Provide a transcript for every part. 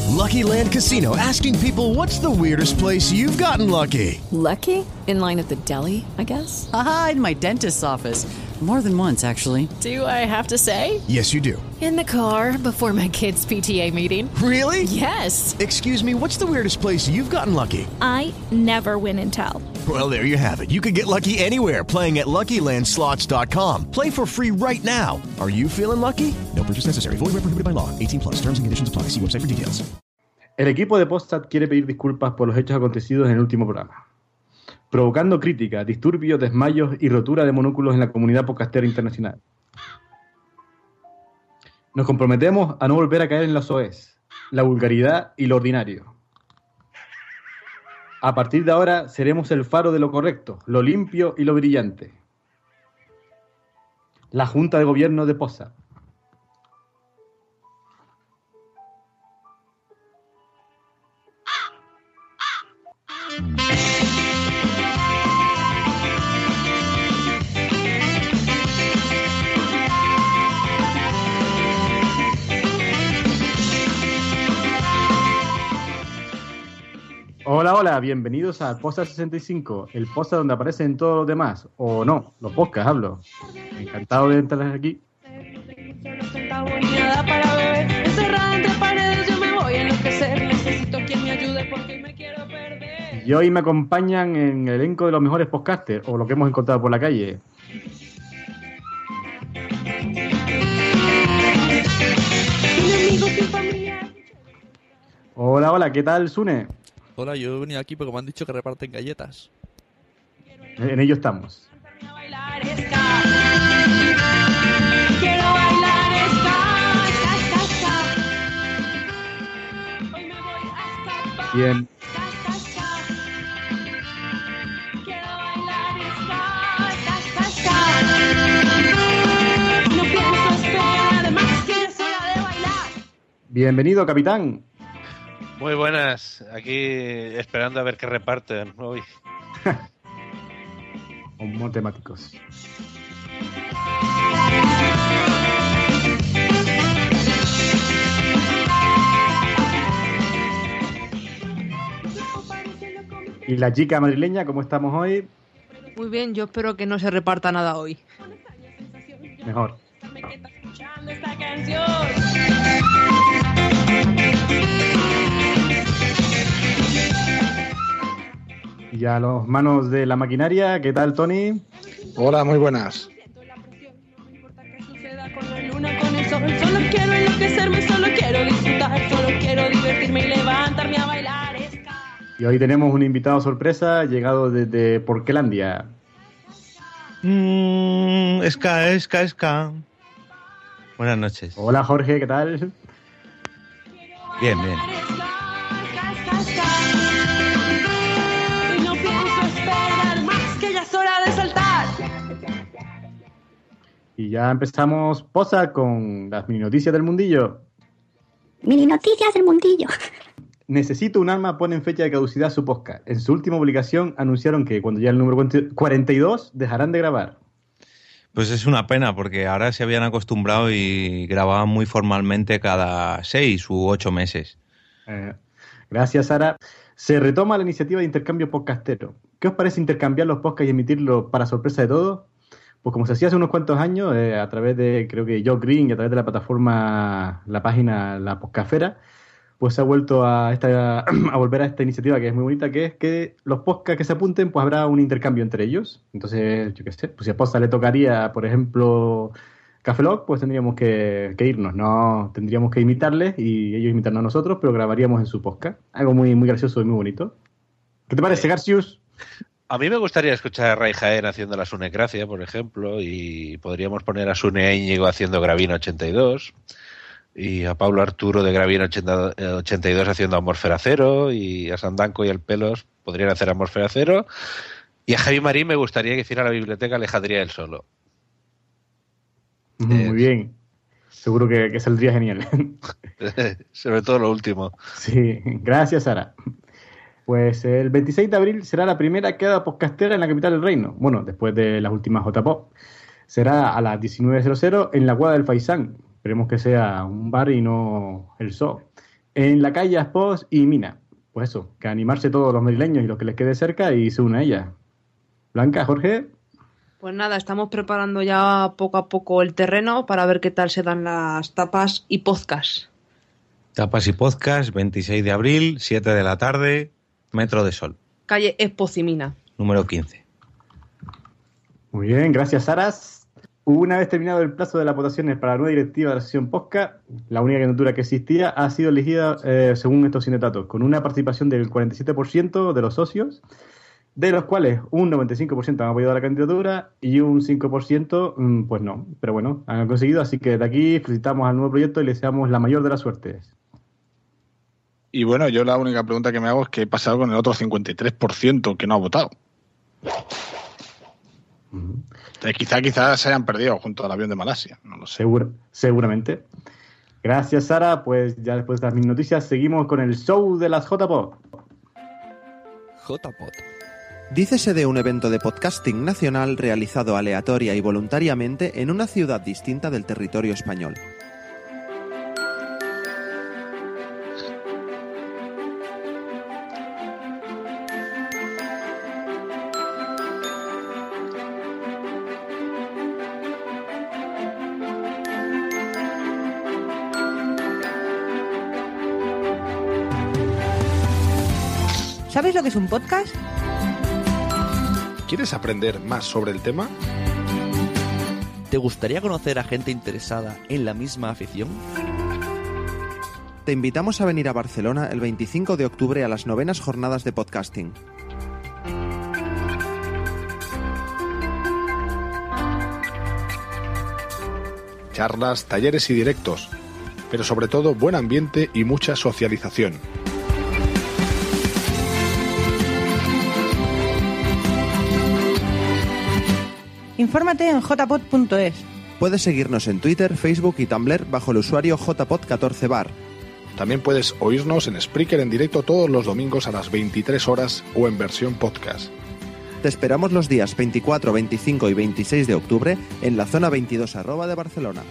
Lucky Land Casino, asking people, what's the weirdest place you've gotten lucky? Lucky? In line at the deli, I guess? Aha, in my dentist's office. More than once, actually. Do I have to say? Yes, you do. In the car before my kids' PTA meeting. Really? Yes. Excuse me, what's the weirdest place you've gotten lucky? I never win and tell. Well, there you have it. You can get lucky anywhere, playing at LuckyLandSlots.com. Play for free right now. Are you feeling lucky? No purchase necessary. Void where prohibited by law. 18+. Terms and conditions apply. See website for details. El equipo de Podstat quiere pedir disculpas por los hechos acontecidos en el último programa, provocando críticas, disturbios, desmayos y rotura de monóculos en la comunidad podcastera internacional. Nos comprometemos a no volver a caer en la soez, la vulgaridad y lo ordinario. A partir de ahora seremos el faro de lo correcto, lo limpio y lo brillante. La Junta de Gobierno de Podstat. Hola, hola, bienvenidos a Podstat 65, el podcast donde aparecen todos los demás, o no, los podcasts, hablo. Encantado de entrar aquí. Y hoy me acompañan en el elenco de los mejores podcasters, o lo que hemos encontrado por la calle. Hola, hola, ¿qué tal, Sune? Hola, yo he venido aquí porque me han dicho que reparten galletas. En ello estamos. Bien. Bienvenido, capitán. Muy buenas, aquí esperando a ver qué reparten hoy. Como temáticos. ¿Y la chica madrileña, cómo estamos hoy? Muy bien, yo espero que no se reparta nada hoy. Mejor. Y a los manos de la maquinaria, ¿qué tal, Tony? Hola, muy buenas. Solo quiero enloquecerme, solo quiero disfrutar, solo quiero divertirme y levantarme a bailar. Y hoy tenemos un invitado sorpresa llegado desde Porquelandia. Esca. Buenas noches. Hola, Jorge, ¿qué tal? Bien. Y ya empezamos, Posa, con las mini noticias del mundillo. Mini noticias del mundillo. Necesito un arma pone en fecha de caducidad su podcast. En su última publicación anunciaron que cuando llegue el número 42 dejarán de grabar. Pues es una pena porque ahora se habían acostumbrado y grababan muy formalmente cada 6 u 8 meses. Gracias, Sara. Se retoma la iniciativa de intercambio podcastero. ¿Qué os parece intercambiar los podcasts y emitirlos para sorpresa de todos? Pues como se hacía hace unos cuantos años, a través de, creo que Joe Green y a través de la plataforma, la página La Podcastfera, pues se ha vuelto a volver a esta iniciativa que es muy bonita, que es que los podcasts que se apunten, pues habrá un intercambio entre ellos. Entonces, yo qué sé, pues si a Posa le tocaría, por ejemplo, Café Lock, pues tendríamos que irnos, no tendríamos que imitarles y ellos imitarnos a nosotros, pero grabaríamos en su podcast. Algo muy, muy gracioso y muy bonito. ¿Qué te parece, Garcius? A mí me gustaría escuchar a Ray Jaén haciendo la Sunecracia, por ejemplo, y podríamos poner a Sune Íñigo haciendo Gravina 82, y a Pablo Arturo de Gravina 82 haciendo Amorfera Cero, y a Sandanco y el Pelos podrían hacer Amorfera Cero, y a Javi Marín me gustaría que hiciera la biblioteca Alejandría él solo. Muy bien. Seguro que saldría genial. Sobre todo lo último. Sí, gracias, Sara. Pues el 26 de abril será la primera queda podcastera en la capital del reino. Bueno, después de las últimas JPOP. Será a las 19:00 en la Guada del Faisán. Esperemos que sea un bar y no el zoo. en la calle Aspos y Mina. Pues eso, que animarse todos los madrileños y los que les quede cerca y se unen a ella. Blanca, Jorge. Pues nada, estamos preparando ya poco a poco el terreno para ver qué tal se dan las tapas y podcast. Tapas y podcast, 26 de abril, 7 de la tarde, Metro de Sol. Calle Espocimina. Número 15. Muy bien, gracias, Saras. Una vez terminado el plazo de las votaciones para la nueva directiva de la sesión podcast, la única candidatura que existía ha sido elegida según estos sindicatos, con una participación del 47% de los socios, de los cuales un 95% han apoyado la candidatura y un 5% pues no. Pero bueno, han conseguido, así que de aquí felicitamos al nuevo proyecto y le deseamos la mayor de las suertes. Y bueno, yo la única pregunta que me hago es qué ha pasado con el otro 53% que no ha votado. Quizás se hayan perdido junto al avión de Malasia, no lo sé. Seguramente. Gracias, Sara. Pues ya después de las mil noticias seguimos con el show de las JPod. JPod. Dícese de un evento de podcasting nacional realizado aleatoria y voluntariamente en una ciudad distinta del territorio español. ¿Sabes lo que es un podcast? ¿Quieres aprender más sobre el tema? ¿Te gustaría conocer a gente interesada en la misma afición? Te invitamos a venir a Barcelona el 25 de octubre a las 9º jornadas de podcasting. Charlas, talleres y directos, pero sobre todo buen ambiente y mucha socialización. Infórmate en jpod.es. Puedes seguirnos en Twitter, Facebook y Tumblr bajo el usuario jpod14bar. También puedes oírnos en Spreaker en directo todos los domingos a las 23 horas o en versión podcast. Te esperamos los días 24, 25 y 26 de octubre en la zona 22 @ de Barcelona.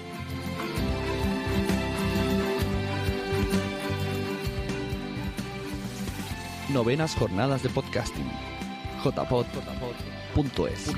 Novenas jornadas de podcasting. jpod.es.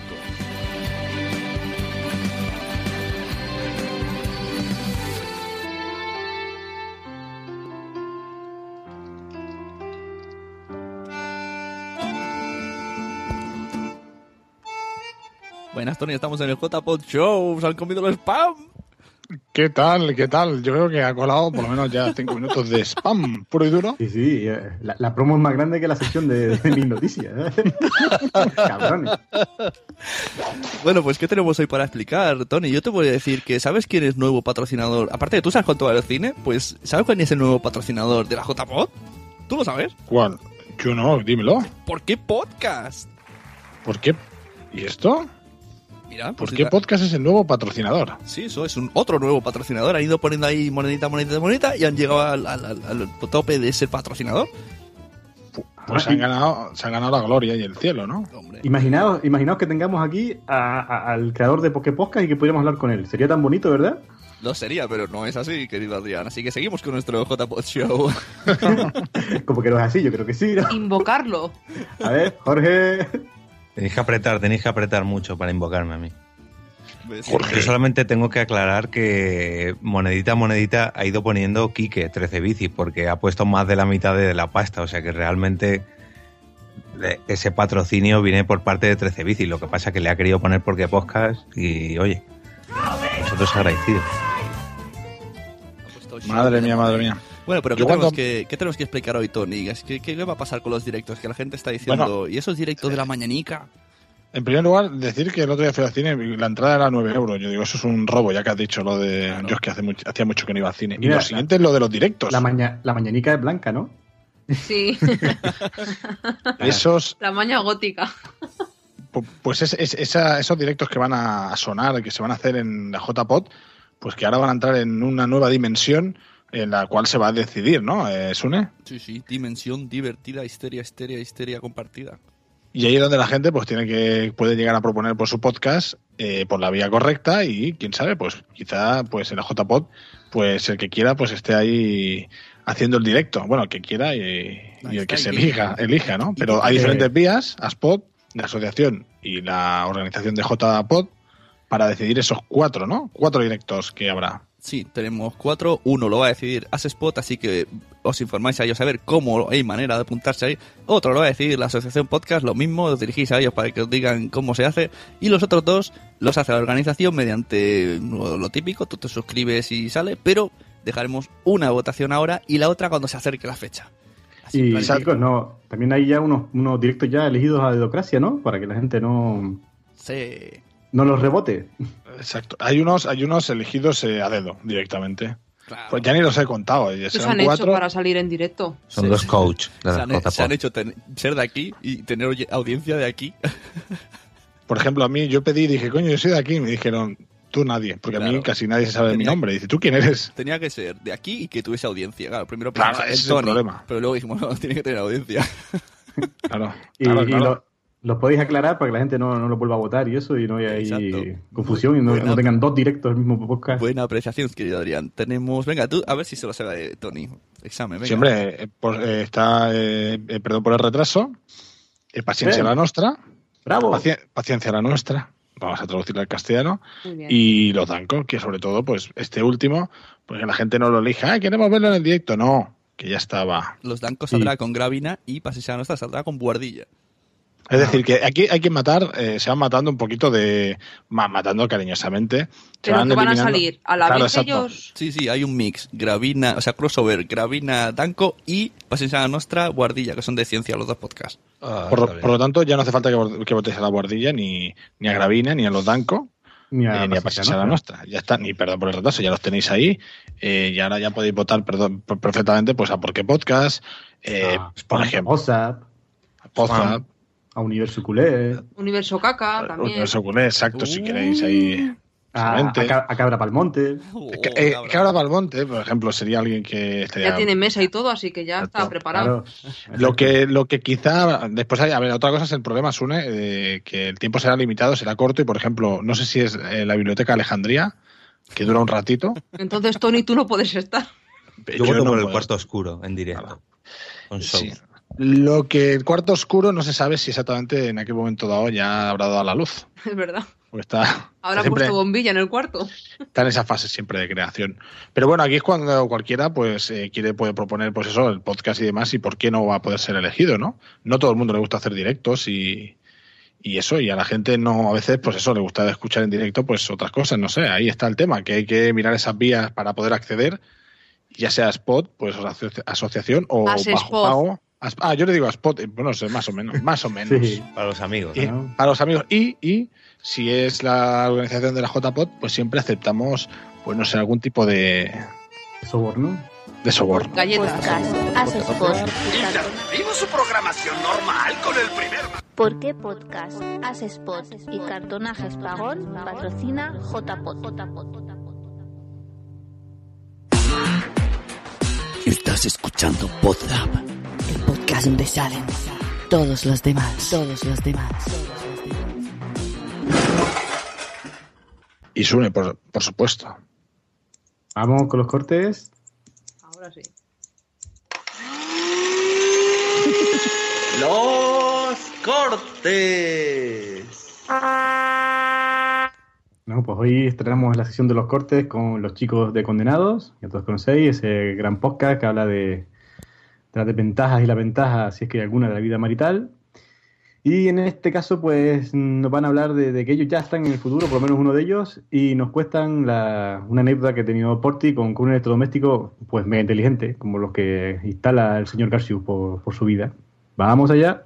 Buenas, Tony, estamos en el JPod Show. ¿Se han comido el spam? ¿Qué tal? ¿Qué tal? Yo creo que ha colado por lo menos ya 5 minutos de spam puro y duro. Sí, la promo es más grande que la sección de mis noticias. Cabrones. Bueno, pues ¿qué tenemos hoy para explicar, Tony? Yo te voy a decir que ¿sabes quién es nuevo patrocinador? Aparte de tú sabes cuánto vale el cine, pues ¿sabes cuál es el nuevo patrocinador de la JPod? ¿Tú lo sabes? ¿Cuál? Yo no, dímelo. ¿Por qué podcast? ¿Por qué? ¿Y esto? Mira, ¿Por qué podcast es el nuevo patrocinador? Sí, eso es otro nuevo patrocinador. Han ido poniendo ahí monedita y han llegado al tope de ser patrocinador. Pues se han ganado la gloria y el cielo, ¿no? Imaginaos que tengamos aquí al creador de Poké Podcast y que pudiéramos hablar con él. Sería tan bonito, ¿verdad? Lo sería, pero no es así, querido Adrián. Así que seguimos con nuestro JPod Show. Como que no es así, yo creo que sí, ¿no? Invocarlo. A ver, Jorge. Tenéis que apretar mucho para invocarme a mí. Yo solamente tengo que aclarar que monedita ha ido poniendo Quique 13 bicis porque ha puesto más de la mitad de la pasta, o sea que realmente ese patrocinio viene por parte de 13 bicis. Lo que pasa es que le ha querido poner porque podcast y oye, nosotros agradecidos. Madre mía. Bueno, pero ¿qué tenemos que explicar hoy, Tony? ¿Qué le va a pasar con los directos? Que la gente está diciendo, bueno, ¿y esos directos de la mañanica? En primer lugar, decir que el otro día fui al cine y la entrada era 9 euros. Yo digo, eso es un robo, ya que has dicho lo de... Claro. Yo es que hacía mucho que no iba al cine. Mira, y lo siguiente es lo de los directos. La mañanica es blanca, ¿no? Sí. La maña gótica. Pues esos directos que van a sonar, que se van a hacer en la JPod, pues que ahora van a entrar en una nueva dimensión en la cual se va a decidir, ¿no, Sune? Sí, dimensión divertida, histeria compartida. Y ahí es donde la gente pues puede llegar a proponer por su podcast por la vía correcta y quién sabe, pues quizá pues en la JPod pues el que quiera pues esté ahí haciendo el directo. Bueno, el que quiera y el que se elija, ¿no? Pero hay diferentes vías, ASPOD, la asociación y la organización de JPod, para decidir esos 4, ¿no? 4 directos que habrá. Sí, tenemos 4. Uno lo va a decidir ASPOD, así que os informáis a ellos a ver cómo hay manera de apuntarse ahí. Otro lo va a decidir la Asociación Podcast, lo mismo, os dirigís a ellos para que os digan cómo se hace. Y los otros 2 los hace la organización mediante lo típico, tú te suscribes y sale, pero dejaremos una votación ahora y la otra cuando se acerque la fecha. Así y chicos, no, también hay ya unos directos ya elegidos a Dedocracia, ¿no? Para que la gente no los rebote. Exacto. Hay unos elegidos a dedo directamente. Claro. Pues ya ni los he contado. Ya ¿qué se han 4 hecho para salir en directo? Son los coach de se han hecho ser de aquí y tener audiencia de aquí. Por ejemplo, a mí yo dije, coño, yo soy de aquí. Y me dijeron, tú nadie, porque a mí casi nadie se sabe mi nombre. Dice, ¿tú quién eres? Tenía que ser de aquí y que tuviese audiencia. Claro, primero ese es el problema. Pero luego dijimos, no, tiene que tener audiencia. Claro. Y los podéis aclarar para que la gente no lo vuelva a votar y eso, y no haya ahí confusión y no tengan 2 directos del mismo podcast. Buena apreciación, querido Adrián. Tenemos, venga, tú, a ver si se lo sabe Tony. Examen, venga. Sí, hombre, está, perdón por el retraso, Paciencia la Nostra. ¡Bravo! Paciencia la Nostra, vamos a traducirlo al castellano. Y los Danco, que sobre todo, pues este último, pues que la gente no lo elija, queremos verlo en el directo. No, que ya estaba. Los Danco saldrá con Gravina y Paciencia la Nostra saldrá con Buhardilla. Es decir, que aquí hay que matar, se van matando un poquito matando cariñosamente. Pero que van a salir a la vez ellos. Sí, hay un mix, Gravina, o sea, crossover, Gravina, Danco y Paciencia Nostra, Guardilla, que son de ciencia los 2 podcasts. Por lo tanto, ya no hace falta que votéis a la Guardilla, ni a Gravina, ni a los Danco, ni a Paciencia Nostra. Ya está, ni perdón por el retraso, ya los tenéis ahí. Y ahora ya podéis votar perfectamente pues a Por qué Podcast, por ejemplo. Podzap. A Universo Culé. Universo Caca también. Universo Culé, exacto, si queréis ahí. A Cabra Palmonte. Cabra Palmonte, por ejemplo, sería alguien que estaría... Ya tiene mesa y todo, así que ya está preparado. Claro. Lo que quizá... Después hay... A ver, otra cosa es el problema, Sune, que el tiempo será limitado, será corto y, por ejemplo, no sé si es la Biblioteca Alejandría, que dura un ratito. Entonces, Tony, tú no puedes estar. Yo voto por el Cuarto Oscuro, en directo. Claro. Con show. Sí. Lo que el Cuarto Oscuro no se sabe si exactamente en aquel momento dado ya habrá dado a la luz. Es verdad. Ahora ha puesto bombilla en el cuarto. Está en esa fase siempre de creación. Pero bueno, aquí es cuando cualquiera pues puede proponer pues eso, el podcast y demás, y por qué no va a poder ser elegido, ¿no? No todo el mundo le gusta hacer directos y eso, y a la gente no, a veces pues eso, le gusta escuchar en directo pues otras cosas, no sé, ahí está el tema, que hay que mirar esas vías para poder acceder, ya sea Spot, pues asociación o bajo pago. Yo le digo a Spot, bueno, sé, más o menos. Sí, para los amigos. ¿no? Para los amigos. Y si es la organización de la JPod, pues siempre aceptamos, pues no sé, algún tipo de soborno. De soborno. Galletas. Podcast, interrumpimos su programación normal con el primer... ¿Por qué Podcast, Spot y Cartonajes Pagón patrocina JPod? Estás escuchando Podzap, el podcast donde salen todos los demás. Y Sune, por supuesto. Vamos con los cortes. Ahora sí. ¡Los cortes! No, pues hoy estrenamos la sesión de los cortes con los chicos de Condenados, que todos conocéis, ese gran podcast que habla de las desventajas y las ventajas, si es que hay alguna, de la vida marital. Y en este caso, pues nos van a hablar de que ellos ya están en el futuro, por lo menos uno de ellos, y nos cuestan una anécdota que ha tenido Porti con un electrodoméstico pues mega inteligente, como los que instala el señor Garcius por su vida. Vamos allá.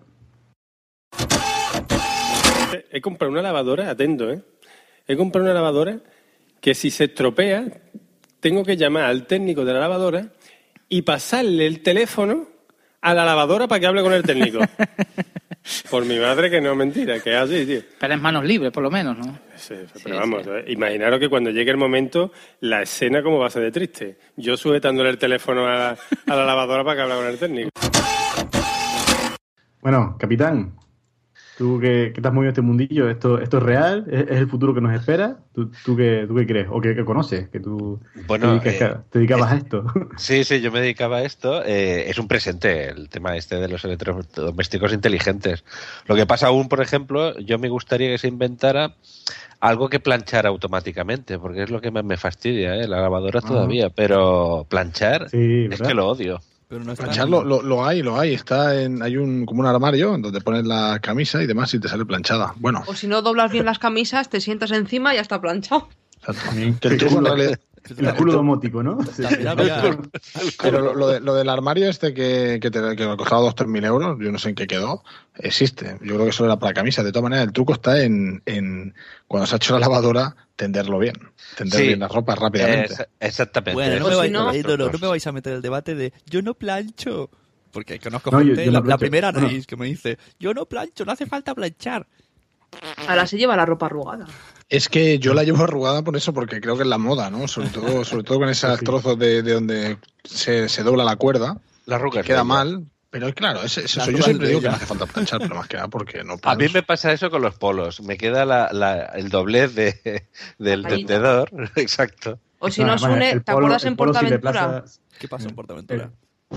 He comprado una lavadora, atento, He comprado una lavadora que si se estropea, tengo que llamar al técnico de la lavadora y pasarle el teléfono a la lavadora para que hable con el técnico. Por mi madre que no es mentira, que es así, tío. Pero es manos libres, por lo menos, ¿no? Sí, pero vamos, imaginaros que cuando llegue el momento, la escena como va a ser de triste. Yo sujetándole el teléfono a la lavadora para que hable con el técnico. Bueno, capitán. Tú que estás muy en este mundillo, ¿esto es real? ¿Es el futuro que nos espera? ¿Tú qué crees? ¿O qué conoces? Que tú te dedicabas a esto. Sí, yo me dedicaba a esto. Es un presente el tema este de los electrodomésticos inteligentes. Lo que pasa aún, por ejemplo, yo me gustaría que se inventara algo que planchara automáticamente, porque es lo que más me fastidia, la lavadora todavía, pero planchar es que lo odio. Pero no planchar lo hay. Hay como un armario donde pones la camisa y demás y te sale planchada. Bueno. O si no doblas bien las camisas, te sientas encima y ya está planchado. Que el truco en realidad... El culo domótico, ¿no? Sí. Pero lo del armario que me costaba 2.000-3.000 euros, yo no sé en qué quedó, existe. Yo creo que eso era para camisas. De todas maneras, el truco está en cuando se ha hecho la lavadora, tenderlo bien. Tender bien las ropas rápidamente. Exactamente. Bueno, no me vais a meter el debate de yo no plancho. Porque conozco gente, la primera Anaís que me dice, yo no plancho, no hace falta planchar. Ahora se lleva la ropa arrugada. Es que yo la llevo arrugada por eso, porque creo que es la moda, ¿no? Sobre todo con esos trozos de donde se dobla la cuerda. La arruga queda mal. Pero claro, yo siempre digo que no hace falta planchar, pero más que nada porque no A mí me pasa eso con los polos. Me queda el doblez del tendedor. Exacto. O si no, Sune, ¿te acuerdas en Portaventura? ¿Qué pasó en Portaventura?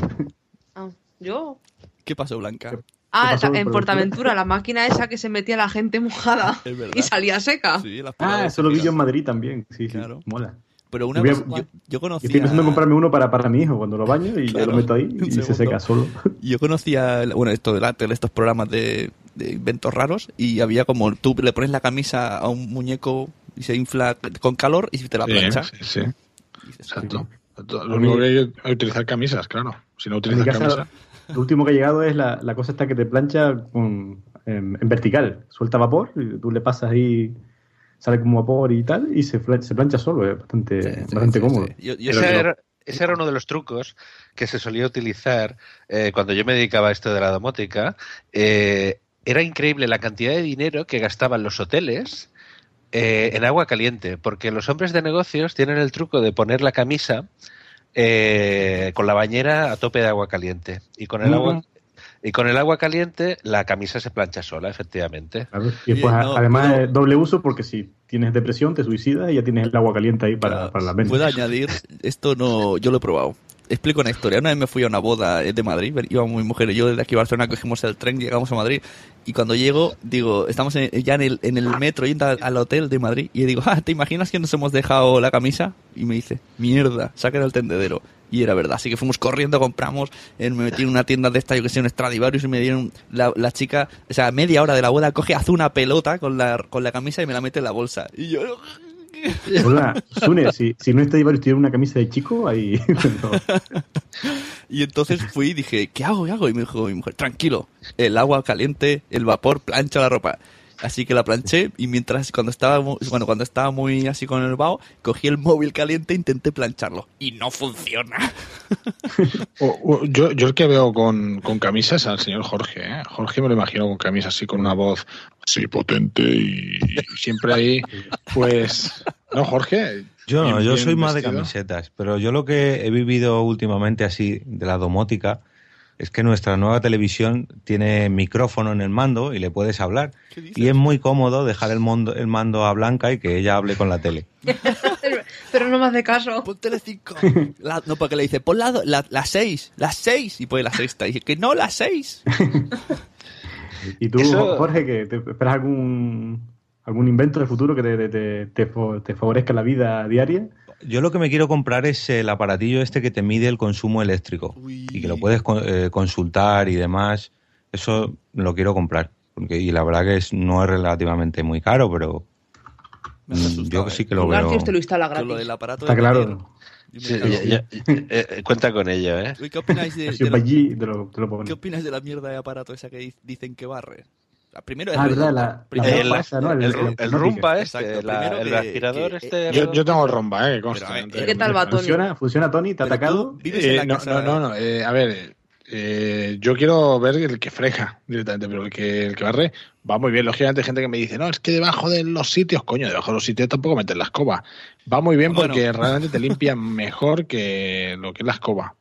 ¿Yo? ¿Qué pasó, Blanca? En Portaventura, la máquina esa que se metía la gente mojada y salía seca. Sí, eso lo vi yo en Madrid también. Sí, claro. Mola. Pero una vez yo conocía... Estoy pensando en comprarme uno para mi hijo cuando lo baño y lo meto ahí y se seca solo. Yo conocía, esto de la tele, estos programas de inventos raros, y había como tú le pones la camisa a un muñeco y se infla con calor y te la plancha. Sí. Exacto. Lo único que hay que utilizar camisas, claro. Si no utilizas camisas... Lo último que ha llegado es la cosa esta que te plancha en vertical. Suelta vapor y tú le pasas ahí, sale como vapor y tal, y se plancha solo. Es bastante cómodo. Ese era uno de los trucos que se solía utilizar cuando yo me dedicaba a esto de la domótica. Era increíble la cantidad de dinero que gastaban los hoteles en agua caliente, porque los hombres de negocios tienen el truco de poner la camisa con la bañera a tope de agua caliente y con el agua caliente la camisa se plancha sola, efectivamente. Claro. Y pues además doble uso, porque si tienes depresión te suicidas y ya tienes el agua caliente ahí para la mente. Puedo añadir, esto yo lo he probado. Explico una historia. Una vez me fui a una boda de Madrid, íbamos mi mujer y yo desde aquí a Barcelona, cogimos el tren, llegamos a Madrid y cuando llego, estamos ya en el metro yendo al hotel de Madrid y digo, ¿te imaginas que nos hemos dejado la camisa? Y me dice, mierda, saca el tendedero. Y era verdad, así que fuimos corriendo, compramos, me metí en una tienda de esta, yo que sé, un Stradivarius, y me dieron la chica, o sea, media hora de la boda, hace una pelota con la camisa y me la mete en la bolsa. Y yo... Hola, Sune, si no Stradivarius tiene una camisa de chico, ahí... Y entonces fui y dije, ¿qué hago? Y me dijo mi mujer, tranquilo, el agua caliente, el vapor plancha la ropa. Así que la planché y cuando estaba muy así con el vaho, cogí el móvil caliente e intenté plancharlo. Y no funciona. Yo el que veo con camisas al señor Jorge. Jorge me lo imagino con camisas así, con una voz así potente y siempre ahí, pues... ¿No, Jorge? Yo soy más de camisetas, pero yo lo que he vivido últimamente así de la domótica es que nuestra nueva televisión tiene micrófono en el mando y le puedes hablar. Y es muy cómodo dejar el mando a Blanca y que ella hable con la tele. Pero no me hace caso. Pon Telecinco. No, porque le dice, pon la 6, las 6. Y pone la sexta. Y dice, que no, la 6. ¿Y tú, Jorge, que te esperas algún invento del futuro que te favorezca la vida diaria? Yo lo que me quiero comprar es el aparatillo este que te mide el consumo eléctrico y que lo puedes consultar y demás. Eso lo quiero comprar. Y la verdad que no es relativamente muy caro, pero yo sí que lo veo. García, te lo instala gratis. Con lo del aparato está claro. Cuenta con ello, ¿Qué opináis ¿Qué opináis de la mierda de aparato esa que dicen que barre? Primero el rumba el aspirador este. Yo tengo el rumba, ¿Qué tal va, Tony? ¿Funciona, Tony? ¿Te ha atacado? No. A ver, yo quiero ver el que frega directamente, pero el que barre va muy bien. Lógicamente hay gente que me dice, no, es que debajo de los sitios, debajo de los sitios tampoco meten la escoba. Va muy bien porque realmente te limpia mejor que lo que es la escoba.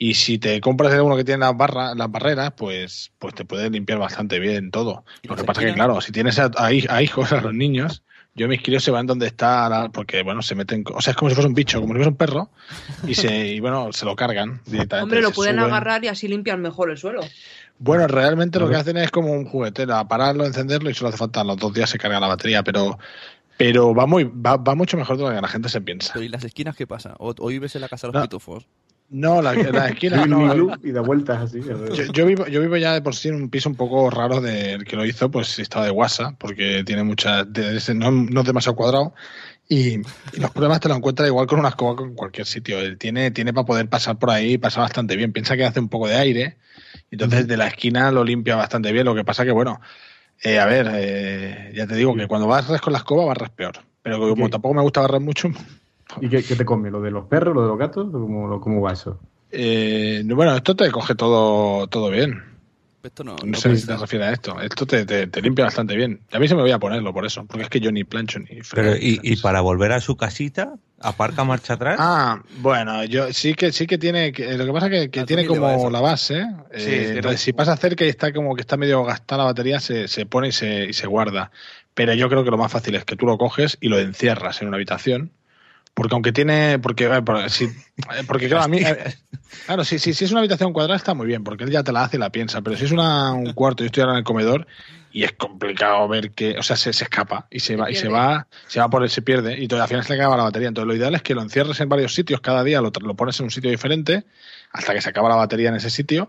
Y si te compras uno que tiene las barreras, pues te puede limpiar bastante bien todo. Lo que pasa es que, claro, si tienes a hijos, a los niños, yo mis críos se van donde está, porque, bueno, se meten... O sea, es como si fuese un bicho, como si fuese un perro, y se lo cargan directamente. Hombre, lo pueden agarrar y así limpian mejor el suelo. Bueno, realmente lo que hacen es como un juguetero, apagarlo, encenderlo y solo hace falta los 2 días se carga la batería, pero va mucho mejor de lo que la gente se piensa. ¿Y las esquinas qué pasa? ¿O vives en la casa de los pitufos? No, la esquina no. Y de vueltas así. Yo vivo ya de por sí en un piso un poco raro del que lo hizo, pues estaba de guasa, porque tiene no es demasiado cuadrado. Y los problemas te lo encuentras igual con una escoba en cualquier sitio. Él tiene para poder pasar por ahí y pasar bastante bien. Piensa que hace un poco de aire, entonces de la esquina lo limpia bastante bien. Lo que pasa que, bueno, ya te digo que cuando barres con la escoba barres peor. Pero como tampoco me gusta barrer mucho... ¿Y qué te come? ¿Lo de los perros, lo de los gatos? ¿Cómo va eso? Bueno, esto te coge todo bien. Esto no sé si te refieres a esto. Esto te limpia bastante bien. A mí se me voy a ponerlo por eso, porque es que yo ni plancho ni frego. Pero y para volver a su casita, aparca marcha atrás. Bueno, yo sí que tiene. Lo que pasa es que tiene como la base. Entonces, si pasa cerca y está como que está medio gastada la batería, se pone y se guarda. Pero yo creo que lo más fácil es que tú lo coges y lo encierras en una habitación. Porque aunque tiene... Porque claro, a mí... Claro, si es una habitación cuadrada está muy bien, porque él ya te la hace y la piensa, pero si es un cuarto, yo estoy ahora en el comedor y es complicado ver que... O sea, se escapa y se va por él, se pierde y al final se le acaba la batería. Entonces lo ideal es que lo encierres en varios sitios cada día, lo pones en un sitio diferente hasta que se acaba la batería en ese sitio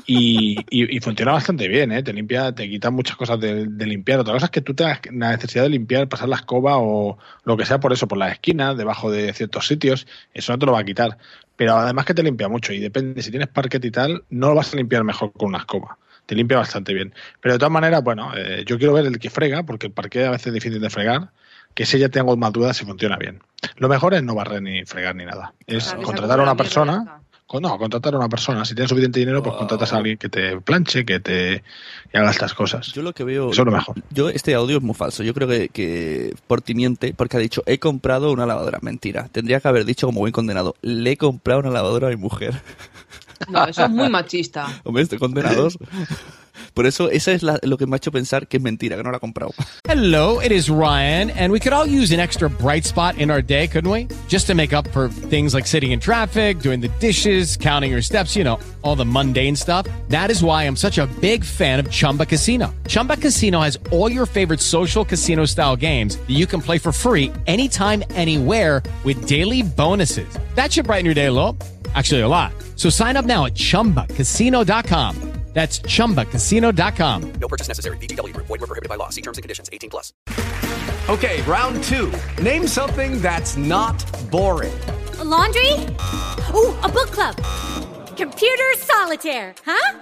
y funciona bastante bien, ¿eh? Te quita muchas cosas de limpiar. Otra cosa es que tú tengas la necesidad de limpiar, pasar la escoba o lo que sea por eso, por las esquinas, debajo de ciertos sitios, eso no te lo va a quitar. Pero además que te limpia mucho y depende, si tienes parquet y tal, no lo vas a limpiar mejor con una escoba. Te limpia bastante bien. Pero de todas maneras, bueno, yo quiero ver el que frega, porque el parquet a veces es difícil de fregar, que ese ya tengo más dudas si funciona bien. Lo mejor es no barrer ni fregar ni nada. Es contratar a una persona... contratar a una persona. Si tienes suficiente dinero, pues contratas a alguien que te planche, y haga estas cosas. Yo lo que veo... Eso es lo mejor. Este audio es muy falso. Yo creo que por ti miente, porque ha dicho, he comprado una lavadora. Mentira. Tendría que haber dicho como buen condenado, le he comprado una lavadora a mi mujer. No, eso es muy machista. Hombre, estoy condenados. Por eso, esa es lo que me ha hecho pensar que es mentira, que no la ha comprado. Hello, it is Ryan, and we could all use an extra bright spot in our day, couldn't we? Just to make up for things like sitting in traffic, doing the dishes, counting your steps, all the mundane stuff. That is why I'm such a big fan of Chumba Casino. Chumba Casino has all your favorite social casino-style games that you can play for free anytime, anywhere with daily bonuses. That should brighten your day a little. Actually, a lot. So sign up now at ChumbaCasino.com. That's ChumbaCasino.com. No purchase necessary. VGW Group. Void where prohibited by law. See terms and conditions. 18+. Okay, round 2. Name something that's not boring. A laundry? Ooh, a book club. Computer solitaire, huh?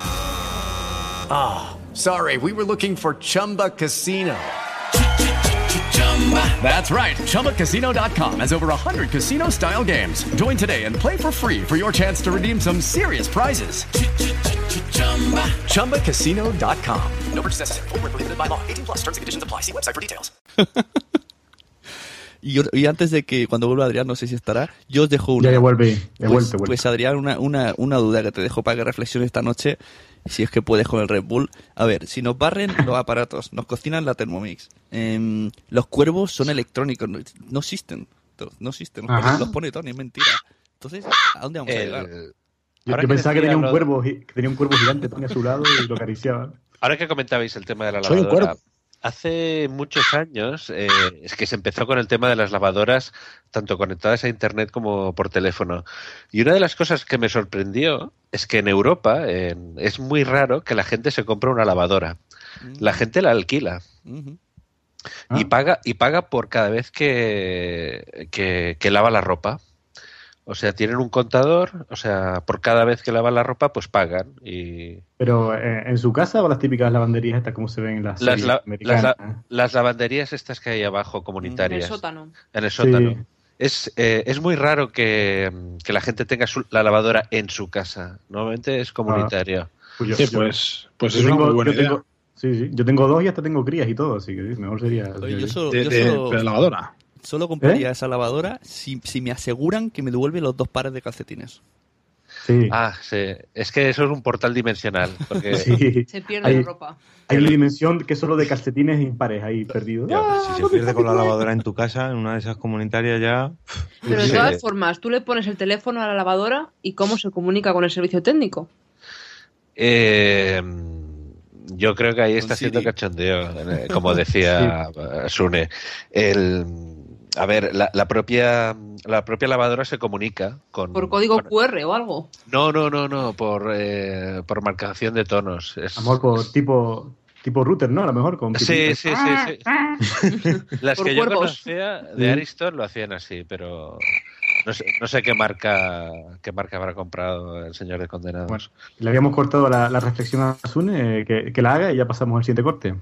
Sorry, we were looking for Chumba Casino. That's right. ChumbaCasino.com has over 100 casino-style games. Join today and play for free for your chance to redeem some serious prizes. ChumbaCasino.com. No purchase necessary. Void where prohibited by law. 18+. Terms and conditions apply. See website for details. Y antes de que cuando vuelva Adrián, no sé si estará, yo os dejo una... Ya vuelve. Pues Adrián, una duda que te dejo para que reflexiones esta noche, si es que puedes con el Red Bull. A ver, si nos barren los aparatos, nos cocinan la Thermomix, los cuervos son electrónicos, no existen. Los pone Tony, es mentira. Entonces, ¿a dónde vamos a llegar? Yo pensaba que tenía un cuervo gigante a su lado y lo acariciaba. Ahora que comentabais el tema de la lavadora, hace muchos años es que se empezó con el tema de las lavadoras tanto conectadas a internet como por teléfono. Y una de las cosas que me sorprendió es que en Europa es muy raro que la gente se compre una lavadora. La gente la alquila. Y paga por cada vez que lava la ropa. O sea, tienen un contador, o sea, por cada vez que lavan la ropa, pues pagan. ¿Pero en su casa o las típicas lavanderías estas como se ven en las series americanas? Las lavanderías estas que hay abajo, comunitarias. En el sótano. Sí. Es muy raro que la gente tenga la lavadora en su casa. Normalmente es comunitaria. Pues es una muy buena idea. Yo tengo 2 y hasta tengo crías y todo, así que mejor sería... de lavadora. Solo compraría esa lavadora si me aseguran que me devuelve los 2 pares de calcetines. Sí. Sí. Es que eso es un portal dimensional. Porque... Sí. Se pierde la ropa. Hay una dimensión que es solo de calcetines impares ahí perdidos. Ya, si se pierde con la lavadora en tu casa, en una de esas comunitarias ya... Pero de todas formas, tú le pones el teléfono a la lavadora y ¿cómo se comunica con el servicio técnico? Yo creo que ahí está haciendo cachondeo, como decía Sune. A ver, la propia lavadora se comunica con... ¿Por código QR o algo? No, por marcación de tonos. Amor, por tipo router, ¿no? A lo mejor con... Sí. Las Por que cuerpos. yo conocía de Ariston lo hacían así, pero no sé qué marca habrá comprado el señor de Condenados. Bueno, le habíamos cortado la reflexión a Sune, que la haga y ya pasamos al siguiente corte.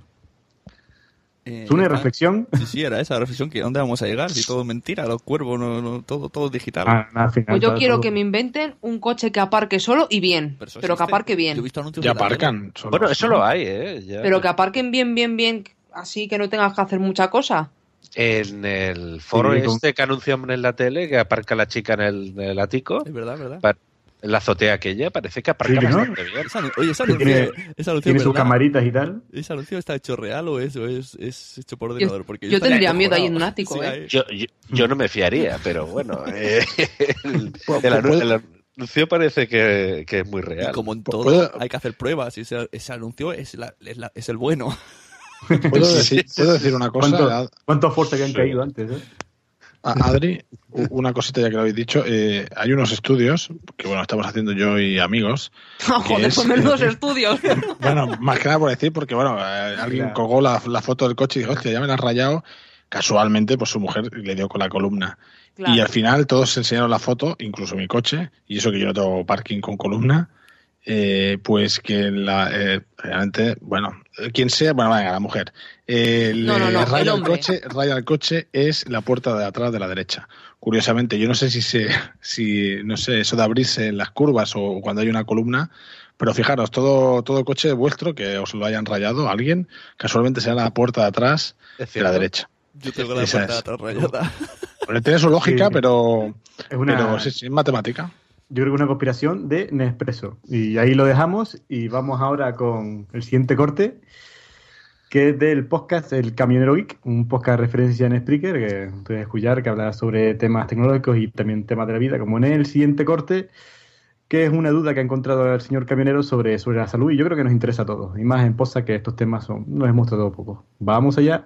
Sune, reflexión. Sí, era esa reflexión, que ¿dónde vamos a llegar? Si todo es mentira, los cuervos, todo es digital. Al final, Pues yo quiero que me inventen un coche que aparque solo y bien, pero que aparque bien. Ya aparcan. Bueno, eso lo hay, ya. Pero que aparquen bien, así que no tengas que hacer mucha cosa. En el foro que anunciamos en la tele, que aparca la chica en el ático. Es verdad. En la azotea aquella, parece que aparca bastante bien. Ese anuncio tiene sus camaritas y tal. ¿Ese anuncio está hecho real o es hecho por ordenador? Porque yo tendría miedo ahí en un ático, Yo no me fiaría, pero bueno. El anuncio parece que es muy real. Y como en todo, hay que hacer pruebas. Y ese anuncio es el bueno. ¿Puedo decir una cosa? ¿Cuánto fuerte que han caído antes? Adri, una cosita ya que lo habéis dicho. Hay unos estudios que, bueno, estamos haciendo yo y amigos. Joder, son menudos estudios. Bueno, más que nada por decir, porque, bueno, alguien colgó la foto del coche y dijo, hostia, ya me la has rayado. Casualmente, pues su mujer le dio con la columna. Claro. Y al final todos enseñaron la foto, incluso mi coche, y eso que yo no tengo parking con columna. Pues que realmente, bueno, quien sea, bueno, venga, la mujer, raya el coche es la puerta de atrás de la derecha. Curiosamente, yo no sé si no sé, eso de abrirse en las curvas o cuando hay una columna, pero fijaros, todo coche vuestro que os lo hayan rayado alguien, casualmente será la puerta de atrás de la derecha. Yo tengo la puerta de atrás rayada. Bueno, tiene su lógica, sí. pero sí, es matemática. Yo creo que una conspiración de Nespresso. Y ahí lo dejamos y vamos ahora con el siguiente corte, que es del podcast El Camionero Geek, un podcast de referencia en Spreaker, que puedes escuchar, que habla sobre temas tecnológicos y también temas de la vida, como en el siguiente corte, que es una duda que ha encontrado el señor camionero sobre la salud, y yo creo que nos interesa a todos, y más en Posa, que estos temas nos hemos tratado poco. Vamos allá.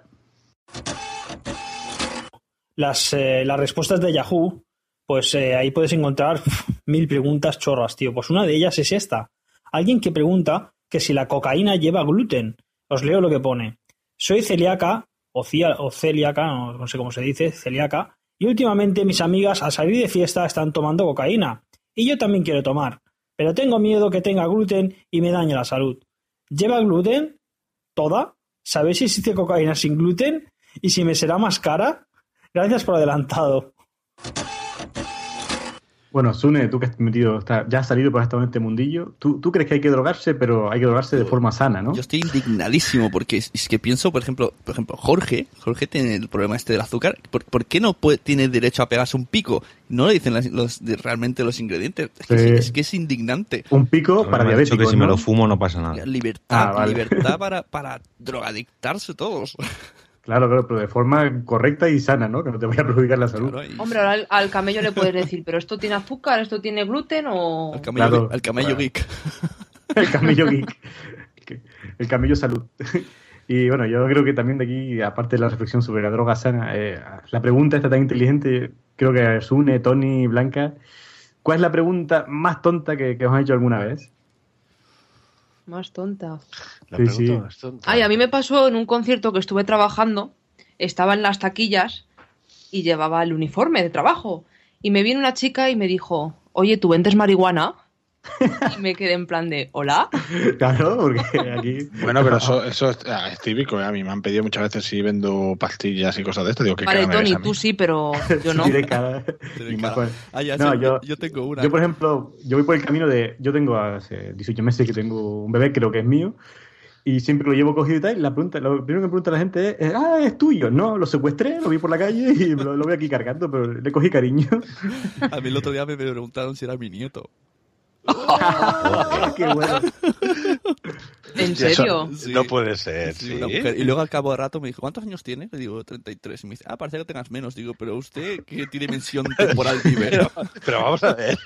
Las respuestas de Yahoo, pues ahí puedes encontrar 1000 preguntas chorras, tío. Pues una de ellas es esta. Alguien que pregunta que si la cocaína lleva gluten. Os leo lo que pone. Soy celíaca, o celíaca, no sé cómo se dice, celíaca, y últimamente mis amigas al salir de fiesta están tomando cocaína. Y yo también quiero tomar, pero tengo miedo que tenga gluten y me dañe la salud. ¿Lleva gluten? ¿Toda? ¿Sabéis si existe cocaína sin gluten? ¿Y si me será más cara? Gracias por adelantado. Bueno, Sune, tú que has metido, ya has salido por este mundillo, ¿tú crees que hay que drogarse, pero hay que drogarse de forma sana, ¿no? Yo estoy indignadísimo porque es que pienso, por ejemplo, Jorge tiene el problema este del azúcar. ¿Por qué no tiene derecho a pegarse un pico? No le dicen realmente los ingredientes. Es que es indignante. Un pico para diabéticos, que si me lo fumo no pasa nada. Libertad para drogadictarse todos. Claro, pero de forma correcta y sana, ¿no? Que no te vaya a perjudicar la salud. Claro, Hombre, ahora al camello le puedes decir, ¿pero esto tiene azúcar, esto tiene gluten o...? Al camello geek. El camello geek. El camello salud. Y bueno, yo creo que también de aquí, aparte de la reflexión sobre la droga sana, la pregunta está tan inteligente, creo que Sune, Tony, Blanca, ¿cuál es la pregunta más tonta que os han hecho alguna vez? Más tonta. Más tonta. Ay, a mí me pasó en un concierto que estuve trabajando, estaba en las taquillas y llevaba el uniforme de trabajo. Y me vino una chica y me dijo, oye, ¿tú vendes marihuana? Y me quedé en plan de, ¿hola? Claro, porque aquí... Bueno, pero eso es típico, ¿eh? A mí me han pedido muchas veces si vendo pastillas y cosas de esto. Digo, ¿qué vale, Tony, tú sí, pero yo no. Yo tengo una. Yo, por ejemplo, yo voy por el camino yo tengo hace 18 meses que tengo un bebé, creo que es mío, y siempre lo llevo cogido y tal, y lo primero que me pregunta la gente es tuyo. No, lo secuestré, lo vi por la calle y lo voy aquí cargando, pero le cogí cariño. A mí el otro día me preguntaron si era mi nieto. Qué bueno. ¿En serio? Eso no puede ser. Sí, una mujer. Y luego al cabo de rato me dijo, ¿cuántos años tiene? Le digo, 33. Y me dice, parece que tengas menos. Digo, pero usted, ¿qué dimensión temporal vive? Pero vamos a ver.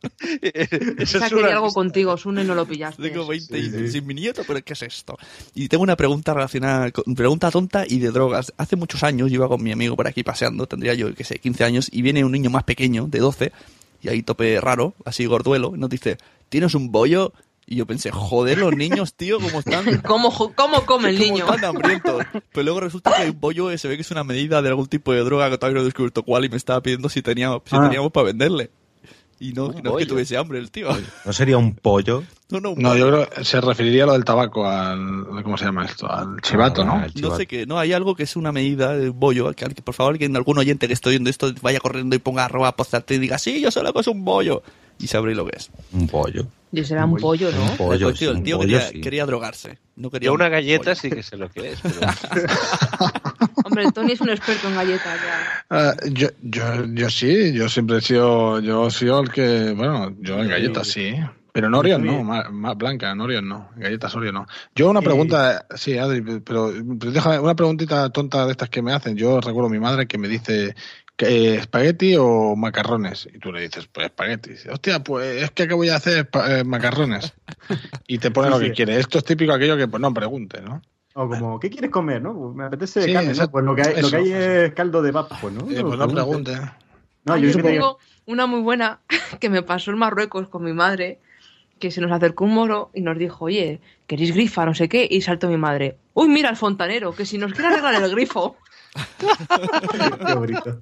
Eso quería algo contigo, Sune, no lo pillaste. Tengo 20 y sin mi nieto, pero ¿qué es esto? Y tengo una pregunta relacionada, pregunta tonta y de drogas. Hace muchos años yo iba con mi amigo por aquí paseando, tendría yo, 15 años, y viene un niño más pequeño, de 12, y ahí tope raro, así gorduelo, y nos dice, ¿tienes un bollo? Y yo pensé, joder, los niños, tío, ¿cómo están? ¿Cómo come el niño? ¿Cómo están hambrientos? Pero luego resulta que un bollo se ve que es una medida de algún tipo de droga que todavía no he descubierto cuál y me estaba pidiendo si teníamos para venderle. Y no es que tuviese hambre el tío. ¿No sería un pollo? No, yo creo que se referiría a lo del tabaco, ¿cómo se llama esto? Al chivato, ¿no? No sé qué, hay algo que es una medida de bollo, que por favor, algún oyente que esté oyendo esto vaya corriendo y ponga @postarte y diga, sí, yo sé lo que es un bollo. Y sabréis lo que es. Un pollo. Y será un pollo, ¿no? Un pollo, el tío quería drogarse. No quería yo una galleta sí que sé lo que es. Pero... Hombre, el Tony es un experto en galletas ya. Yo sí, yo siempre he sido el que, bueno, yo en galletas sí. Pero en Orion no, más blanca, en Orion no, en galletas Orion no. Yo una pregunta, sí, Adri, pero déjame una preguntita tonta de estas que me hacen. Yo recuerdo a mi madre que me dice, ¿espagueti o macarrones? Y tú le dices, pues espagueti. Y dice, hostia, pues es que ¿qué voy a hacer? Macarrones. Y te pone lo que quiere. Esto es típico aquello que pues no pregunte, ¿no? O como, ¿qué quieres comer, no? Me apetece carne, ¿no? Pues lo que hay es caldo de papa, pues, ¿no? Pues no pregunte. No, yo tengo una muy buena que me pasó en Marruecos con mi madre, que se nos acercó un moro y nos dijo, oye, ¿queréis grifa? No sé qué. Y saltó mi madre, uy, mira el fontanero, que si nos quiere arreglar el grifo. Qué bonito.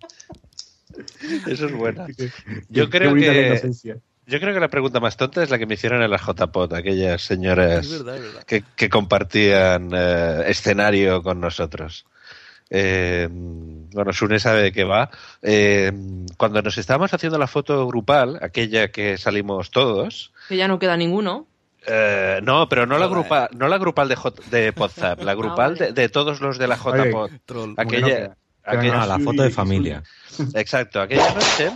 Eso es buena. Yo creo que la pregunta más tonta es la que me hicieron en la JPOT, aquellas señoras es verdad. que compartían escenario con nosotros. Bueno, Sune sabe de qué va. Cuando nos estábamos haciendo la foto grupal, aquella que salimos todos... Que ya no queda ninguno. No, pero no la grupal de WhatsApp, la grupal de todos los de la JPOT. Aquella, la foto de familia. Exacto, aquella noche...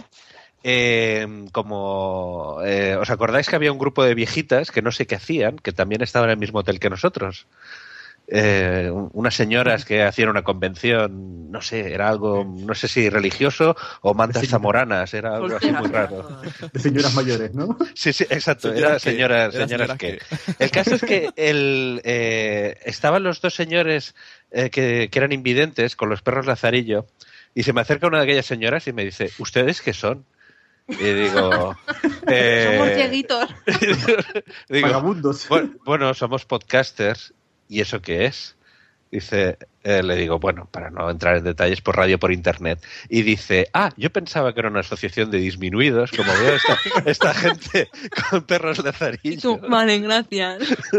¿os acordáis que había un grupo de viejitas que no sé qué hacían, que también estaban en el mismo hotel que nosotros? Unas señoras que hacían una convención, no sé, era algo, no sé si religioso o mantas zamoranas, era algo así muy raro. De señoras mayores, ¿no? Sí, exacto, era señoras que. El caso es que estaban los dos señores que eran invidentes con los perros Lazarillo y se me acerca una de aquellas señoras y me dice, ¿ustedes qué son? Y digo... somos cieguitos. Vagabundos. Bueno, somos podcasters. ¿Y eso qué es? Dice, le digo, bueno, para no entrar en detalles, por radio, por internet. Y dice, yo pensaba que era una asociación de disminuidos, como veo esta gente con perros lazarillos. Tú, vale, gracias.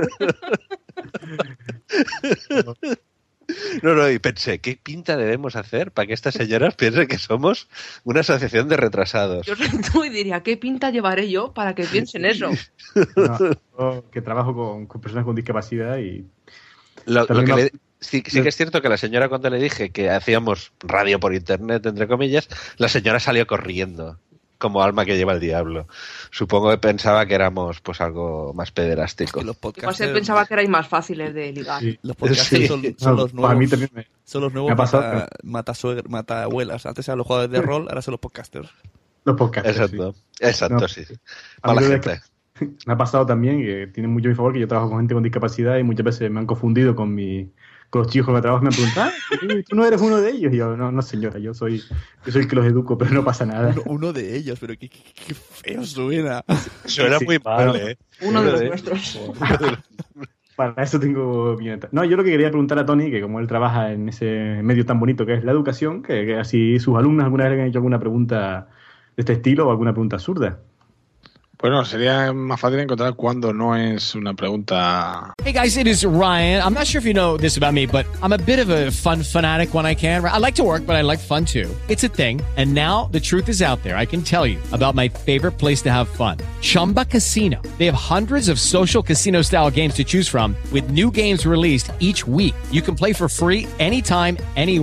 No, y pensé, ¿qué pinta debemos hacer para que estas señoras piensen que somos una asociación de retrasados? Yo soy tú y diría, ¿qué pinta llevaré yo para que piensen eso? No, que trabajo con personas con discapacidad y... Sí que es cierto que la señora, cuando le dije que hacíamos radio por internet, entre comillas, la señora salió corriendo, como alma que lleva el diablo. Supongo que pensaba que éramos pues algo más pederástico. Igual se pensaba que erais más fáciles de ligar. Sí. Los podcasters son los nuevos. A mí también son los nuevos mata abuelas. Antes eran los jugadores de rol, ahora son los podcasters. Los podcasters. Exacto, sí. Para la gente. Me ha pasado también que tiene mucho a mi favor que yo trabajo con gente con discapacidad y muchas veces me han confundido con los chicos que me trabajo y me han preguntado, ¿tú no eres uno de ellos? Y yo, no señora, yo soy el que los educo, pero no pasa nada. Uno de ellos, pero qué feo suena. Suena muy mal, Uno de los nuestros. Para eso tengo piñata. No, yo lo que quería preguntar a Tony, que como él trabaja en ese medio tan bonito que es la educación, que así sus alumnos alguna vez le han hecho alguna pregunta de este estilo o alguna pregunta absurda. Bueno, sería más fácil encontrar cuando no es una pregunta. Hey guys, it is Ryan. I'm not sure if you know this about me, but I'm a bit of a fun fanatic when I can. I like to work, but I like fun too. It's a thing. And now the truth is out there. I can tell you about my favorite place to have fun. Chumba Casino. They have hundreds of social casino style games to choose from with new games released each week. You can play for free anytime, anywhere.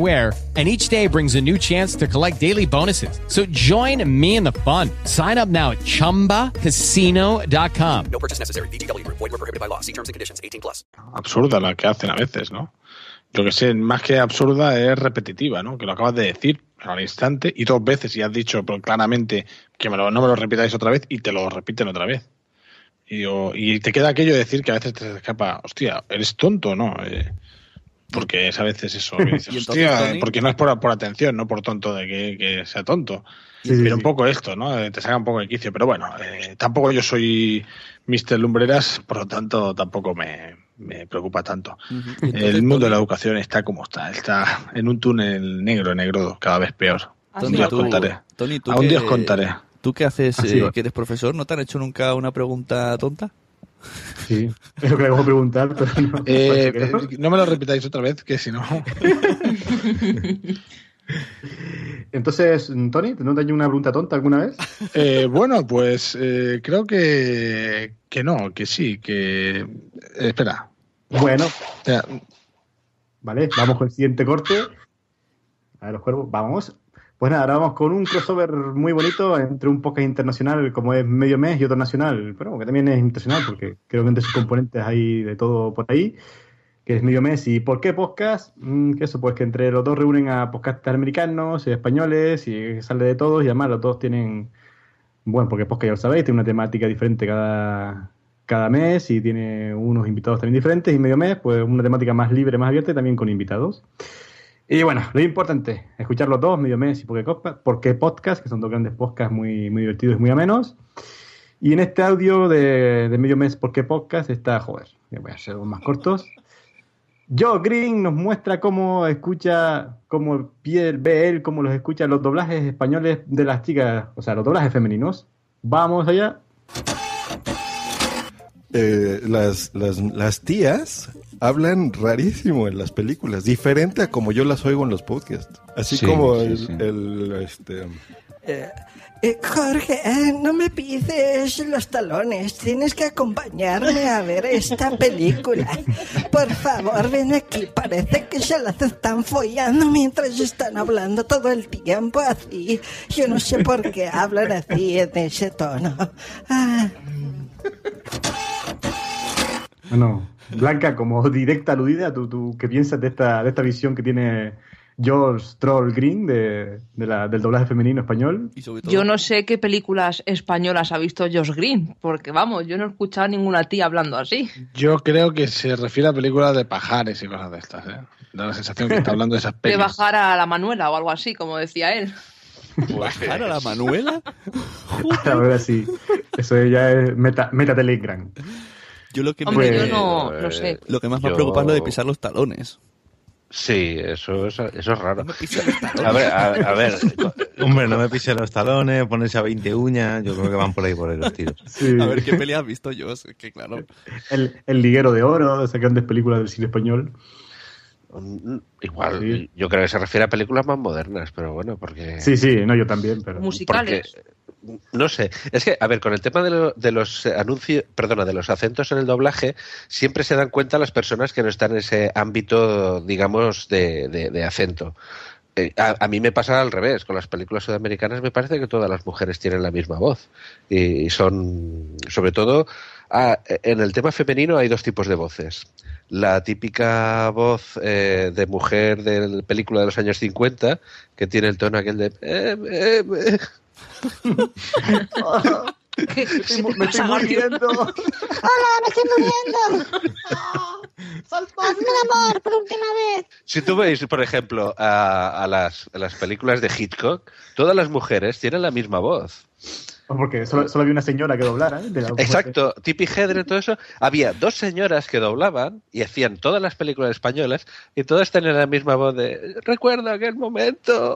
And each day brings a new chance to collect daily bonuses. So join me in the fun. Sign up now at ChumbaCasino.com. No purchase necessary. VGW Group. Void where prohibited by law. See terms and conditions. 18+. Absurda la que hacen a veces, ¿no? Yo que sé, más que absurda es repetitiva, ¿no? Que lo acabas de decir al instante y 2 veces y has dicho pero claramente que no me lo repitáis otra vez y te lo repiten otra vez. Y te queda aquello de decir que a veces te escapa, hostia, ¿eres tonto o no? Porque es a veces eso. Que dices, hostia, porque no es por atención, no por tonto de que sea tonto. Pero un poco esto, ¿no? Te saca un poco de quicio. Pero bueno, tampoco yo soy Mr. Lumbreras, por lo tanto tampoco me preocupa tanto. El mundo de la educación está como está. Está en un túnel negro, cada vez peor. Un día os contaré. Tony, un día os contaré. ¿Tú qué haces, que eres profesor? ¿No te han hecho nunca una pregunta tonta? Sí, es lo que le vamos a preguntar, pero no. No me lo repitáis otra vez, que si no... Entonces, Tony, ¿no te han hecho una pregunta tonta alguna vez? Bueno, pues creo que no, que sí, que... espera. Bueno. Vale, vamos con el siguiente corte. A ver, los cuervos, vamos. Pues nada, ahora vamos con un crossover muy bonito entre un podcast internacional como es Medio Mes y otro nacional, pero que también es internacional porque creo que entre sus componentes hay de todo por ahí, que es Medio Mes y ¿por qué podcast? Que eso, pues que entre los dos reúnen a podcasters americanos y españoles y sale de todos y además los dos tienen, bueno, porque podcast ya lo sabéis, tiene una temática diferente cada mes y tiene unos invitados también diferentes y Medio Mes, pues una temática más libre, más abierta y también con invitados. Y bueno, lo importante, escuchar los dos, Medio Mes y por qué podcast, que son 2 grandes podcasts muy, muy divertidos y muy amenos. Y en este audio de Medio Mes, ¿por qué podcast? Está, voy a hacer más cortos. Joe Green nos muestra cómo escucha, cómo ve él, cómo los escucha los doblajes españoles de las chicas, o sea, los doblajes femeninos. Vamos allá. Las tías hablan rarísimo en las películas, diferente a como yo las oigo en los podcasts. Así como Jorge, no me pises los talones. Tienes que acompañarme a ver esta película. Por favor, ven aquí. Parece que se la están follando mientras están hablando todo el tiempo así. Yo no sé por qué hablan así en ese tono. Bueno, Blanca, como directa aludida, ¿tú qué piensas de esta visión que tiene George Troll Green del doblaje femenino español? Yo no sé qué películas españolas ha visto Josh Green, porque vamos, yo no he escuchado a ninguna tía hablando así. Yo creo que se refiere a películas de pajares y cosas de estas, ¿eh? Da la sensación que está hablando de esas películas. De bajar a la Manuela o algo así, como decía él. ¿Bajar a la Manuela? Ahora sí, eso ya es Meta-Telegram. Yo lo que yo no sé. Lo que más me preocupa es lo de pisar los talones. Sí, eso es raro. No me pise los talones. A ver. Hombre, no me pise los talones, ponerse a 20 uñas, yo creo que van por ahí los tiros. Sí. A ver, ¿qué pelea has visto yo? Es que claro. El liguero de oro, esas grandes películas del cine español. Igual, sí. Yo creo que se refiere a películas más modernas, pero bueno, porque... Sí, no, yo también, pero... Musicales. No sé, es que, a ver, con el tema de los anuncios, de los acentos en el doblaje, siempre se dan cuenta las personas que no están en ese ámbito, digamos, de acento. A mí me pasa al revés, con las películas sudamericanas me parece que todas las mujeres tienen la misma voz y son, sobre todo, en el tema femenino hay 2 tipos de voces. La típica voz de mujer de película de los años 50, que tiene el tono aquel de... Me estoy muriendo. ¡Hola, me estoy muriendo! ¡Hazme el amor por última vez! Si tú veis, por ejemplo, a las películas de Hitchcock, todas las mujeres tienen la misma voz. Porque solo había una señora que doblara. Exacto, Tippi Hedren, todo eso. Había 2 señoras que doblaban y hacían todas las películas españolas y todas tenían la misma voz de recuerda aquel momento.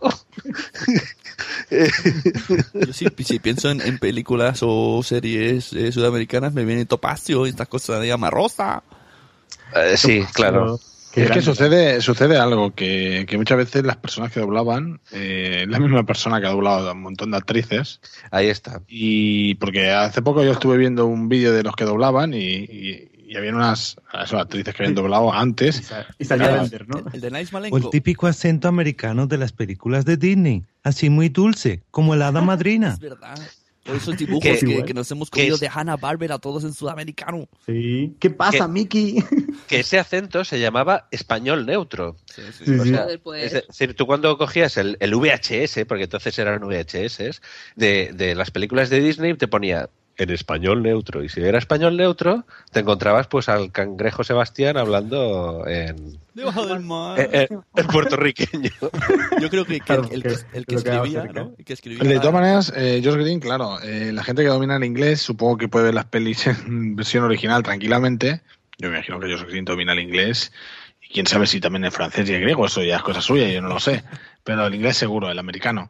Yo si pienso en películas o series sudamericanas me viene Topacio y estas cosas de Amarrosa. Sí, claro. Es que sucede algo, que muchas veces las personas que doblaban, la misma persona que ha doblado a un montón de actrices. Ahí está. Y porque hace poco yo estuve viendo un vídeo de los que doblaban y había unas A esos actrices que habían doblado antes. Y salía a vender, ¿no? El de Nice O Malenko. el típico acento americano de las películas de Disney, así muy dulce, como la hada madrina. Es verdad. O esos dibujos que nos hemos comido de Hanna-Barbera todos en sudamericano. Sí. ¿Qué pasa, Mickey? Que ese acento se llamaba español neutro. Sí. O sea, es decir, tú cuando cogías el VHS, porque entonces eran VHS, de las películas de Disney, te ponía en español neutro. Y si era español neutro, te encontrabas pues al cangrejo Sebastián hablando en... Debajo del mar. En puertorriqueño. Yo creo que el que escribía, ¿no? El que escribía De todas maneras, Josh Green, claro, la gente que domina el inglés, supongo que puede ver las pelis en versión original tranquilamente. Yo me imagino que Josh Green domina el inglés. Y quién sabe si también el francés y el griego, eso ya es cosa suya, yo no lo sé. Pero el inglés seguro, el americano.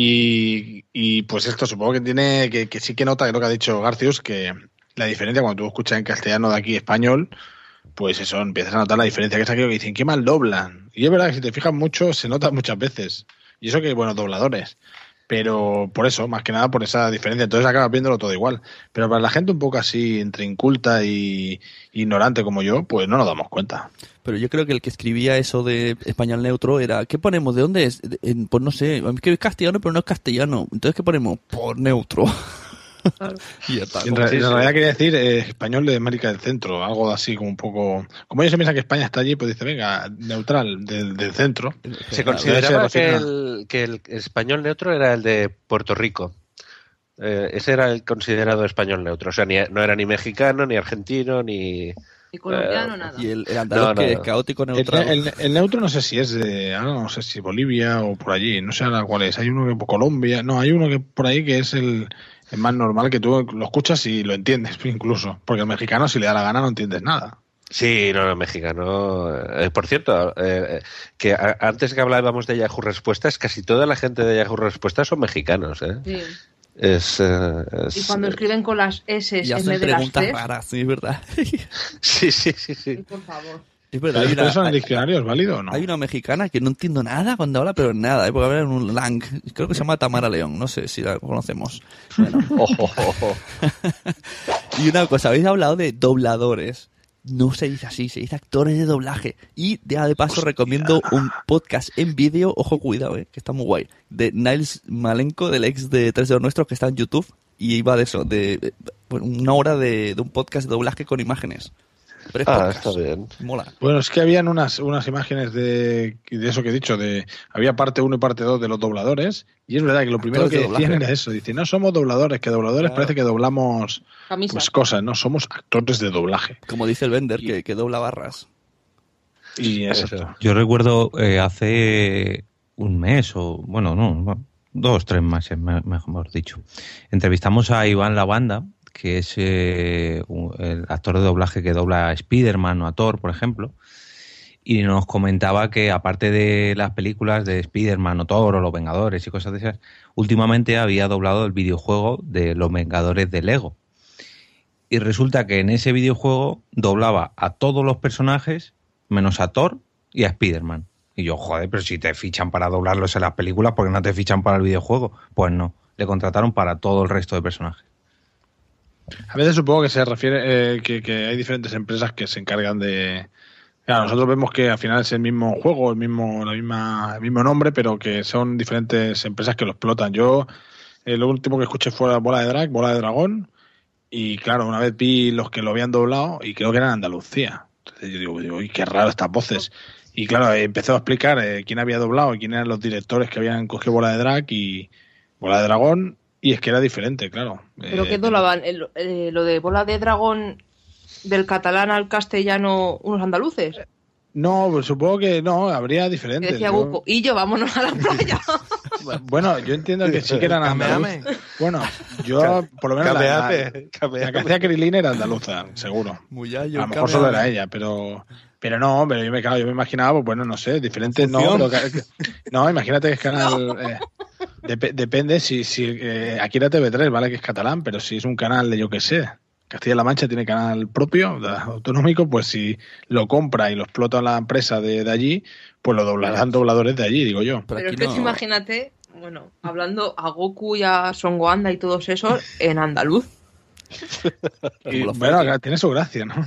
Y pues esto supongo que tiene que sí que nota, creo que ha dicho Garcius, que la diferencia cuando tú escuchas en castellano de aquí español, pues eso, empiezas a notar la diferencia, que es aquello que dicen, qué mal doblan. Y es verdad que si te fijas mucho, se nota muchas veces. Y eso que hay buenos dobladores. Pero por eso, más que nada por esa diferencia. Entonces acabas viéndolo todo igual. Pero para la gente un poco así, entre inculta y ignorante como yo, pues no nos damos cuenta. Pero yo creo que el que escribía eso de español neutro era, ¿qué ponemos? ¿De dónde es? Pues no sé, es que es castellano, pero no es castellano. Entonces, ¿qué ponemos? Por neutro. Claro. Y ya está. En realidad quería decir español de América del Centro, algo así como un poco... Como ellos se piensan que España está allí, pues dice, venga, neutral, del centro. Se consideraba que el español neutro era el de Puerto Rico. Ese era el considerado español neutro. O sea, no era ni mexicano, ni argentino, ni... Y colombiano, nada. Y el andaluz que es caótico neutral. El neutro no sé si es de... Ahora no sé si Bolivia o por allí. No sé ahora cuál es. Hay uno que Colombia... No, hay uno que por ahí que es el más normal, que tú lo escuchas y lo entiendes incluso. Porque el mexicano, si le da la gana, no entiendes nada. Sí, no, el mexicano... por cierto, que antes que hablábamos de Yahoo Respuestas, casi toda la gente de Yahoo Respuestas son mexicanos, ¿eh? Sí. Y cuando escriben con las S y en hacen vez de las preguntas T. raras, sí, es verdad. Sí. Por favor. Es verdad, ¿Pero eso en el diccionario es válido o no? Hay una mexicana que no entiendo nada cuando habla, pero nada, porque habla en un lang. Creo que se llama Tamara León, no sé si la conocemos. Bueno. Y una cosa, habéis hablado de dobladores. No se dice así, se dice actores de doblaje. Y de paso recomiendo un podcast en vídeo, ojo, cuidado, que está muy guay, de Niles Malenko, del ex de 3 de Nuestros, que está en YouTube. Y iba de eso, de una hora de un podcast de doblaje con imágenes. Está bien. Mola. Bueno, es que habían unas imágenes de eso que he dicho, había parte 1 y parte 2 de los dobladores, y es verdad que lo primero que decían era eso, dicen, no somos dobladores, que dobladores parece que doblamos pues, cosas, no, somos actores de doblaje. Como dice el Bender, que dobla barras. Y eso. Yo recuerdo hace un mes, o bueno, no, 2 o 3 meses, mejor dicho, entrevistamos a Iván Lavanda, que es el actor de doblaje que dobla a Spider-Man o a Thor, por ejemplo, y nos comentaba que aparte de las películas de Spider-Man o Thor o Los Vengadores y cosas de esas, últimamente había doblado el videojuego de Los Vengadores de Lego. Y resulta que en ese videojuego doblaba a todos los personajes, menos a Thor y a Spider-Man. Y yo, joder, pero si te fichan para doblarlos en las películas, ¿por qué no te fichan para el videojuego? Pues no, le contrataron para todo el resto de personajes. A veces supongo que se refiere que hay diferentes empresas que se encargan de... Claro, nosotros vemos que al final es el mismo juego, el mismo nombre, pero que son diferentes empresas que lo explotan. Yo lo último que escuché fue Bola de Dragón, y claro, una vez vi los que lo habían doblado y creo que eran Andalucía. Entonces yo digo, uy, qué raro estas voces. Y claro, empezó a explicar quién había doblado y quién eran los directores que habían cogido Bola de Drag y Bola de Dragón. Y es que era diferente, claro. ¿Pero qué doblaban? ¿Lo de Bola de Dragón del catalán al castellano unos andaluces? No, pues supongo que no, habría diferentes. Decía Buco, y yo, vámonos a la playa. Bueno, yo entiendo que sí que eran andaluces. Bueno, yo por lo menos la que hacía Krilin era andaluza, seguro. A lo mejor solo era ella, pero no, pero yo me imaginaba, pues bueno, no sé, diferentes no. No, imagínate que es canal... depende si aquí era TV3, vale que es catalán, pero si es un canal de yo que sé, Castilla-La Mancha tiene canal propio, autonómico, pues si lo compra y lo explota la empresa de allí, pues lo doblarán dobladores de allí, digo yo. Pero es que imagínate, bueno, hablando a Goku y a Son Gohan y todos esos en andaluz. Y, bueno, tiene su gracia, ¿no?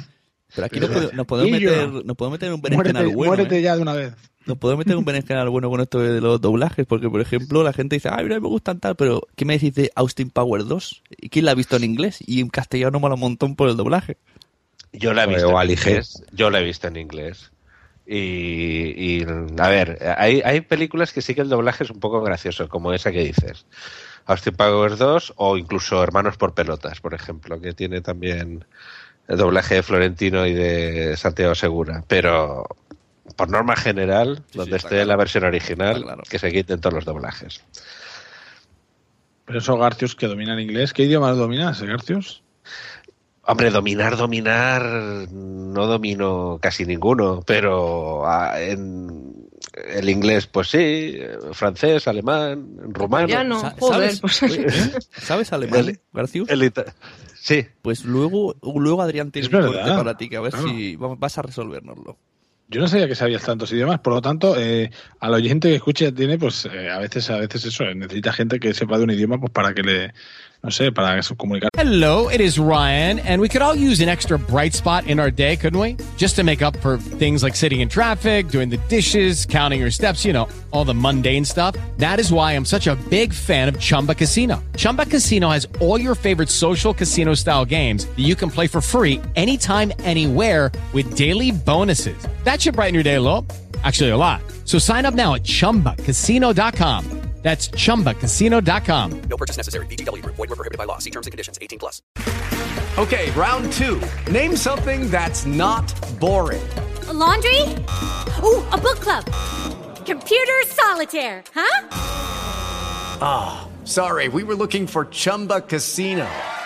Pero aquí nos podemos meter en un berenjenal bueno. Muérete ya de una vez. Nos podemos meter en un berenjenal bueno con esto de los doblajes, porque, por ejemplo, la gente dice, ay, mira, me gustan tal, pero ¿qué me decís de Austin Powers 2? ¿Y quién la ha visto en inglés? Y en castellano mola un montón por el doblaje. Yo la he visto en inglés. Yo la he visto en inglés. Y a ver, hay películas que sí que el doblaje es un poco gracioso, como esa que dices. Austin Powers 2 o incluso Hermanos por Pelotas, por ejemplo, que tiene también el doblaje de Florentino y de Santiago Segura. Pero por norma general, donde esté claro. La versión original, claro. Que se quiten todos los doblajes. Pero eso, Garcius, que domina el inglés, ¿qué idioma dominas, Garcius? Hombre, dominar, no domino casi ninguno, pero en el inglés, pues sí, francés, alemán, rumano. Ya no, joder. ¿Sabes alemán, Garcius? Sí. Pues luego Adrián tiene un corte para ti, que a ver si vas a resolvérnoslo. Yo no sabía que sabías tantos idiomas, por lo tanto, al oyente que escuche tiene, pues a veces eso, necesita gente que sepa de un idioma, pues para que le, no sé, para comunicar. Hello, it is Ryan, and we could all use an extra bright spot in our day, couldn't we? Just to make up for things like sitting in traffic, doing the dishes, counting your steps, you know, all the mundane stuff. That is why I'm such a big fan of Chumba Casino. Chumba Casino has all your favorite social casino-style games that you can play for free anytime, anywhere with daily bonuses. That should brighten your day a little. Actually, a lot. So sign up now at ChumbaCasino.com. That's ChumbaCasino.com. No purchase necessary. VGW Group. Void where prohibited by law. See terms and conditions. 18+. Okay, round two. Name something that's not boring. A laundry? Ooh, a book club. Computer solitaire, huh? Ah, sorry. We were looking for Chumba Casino.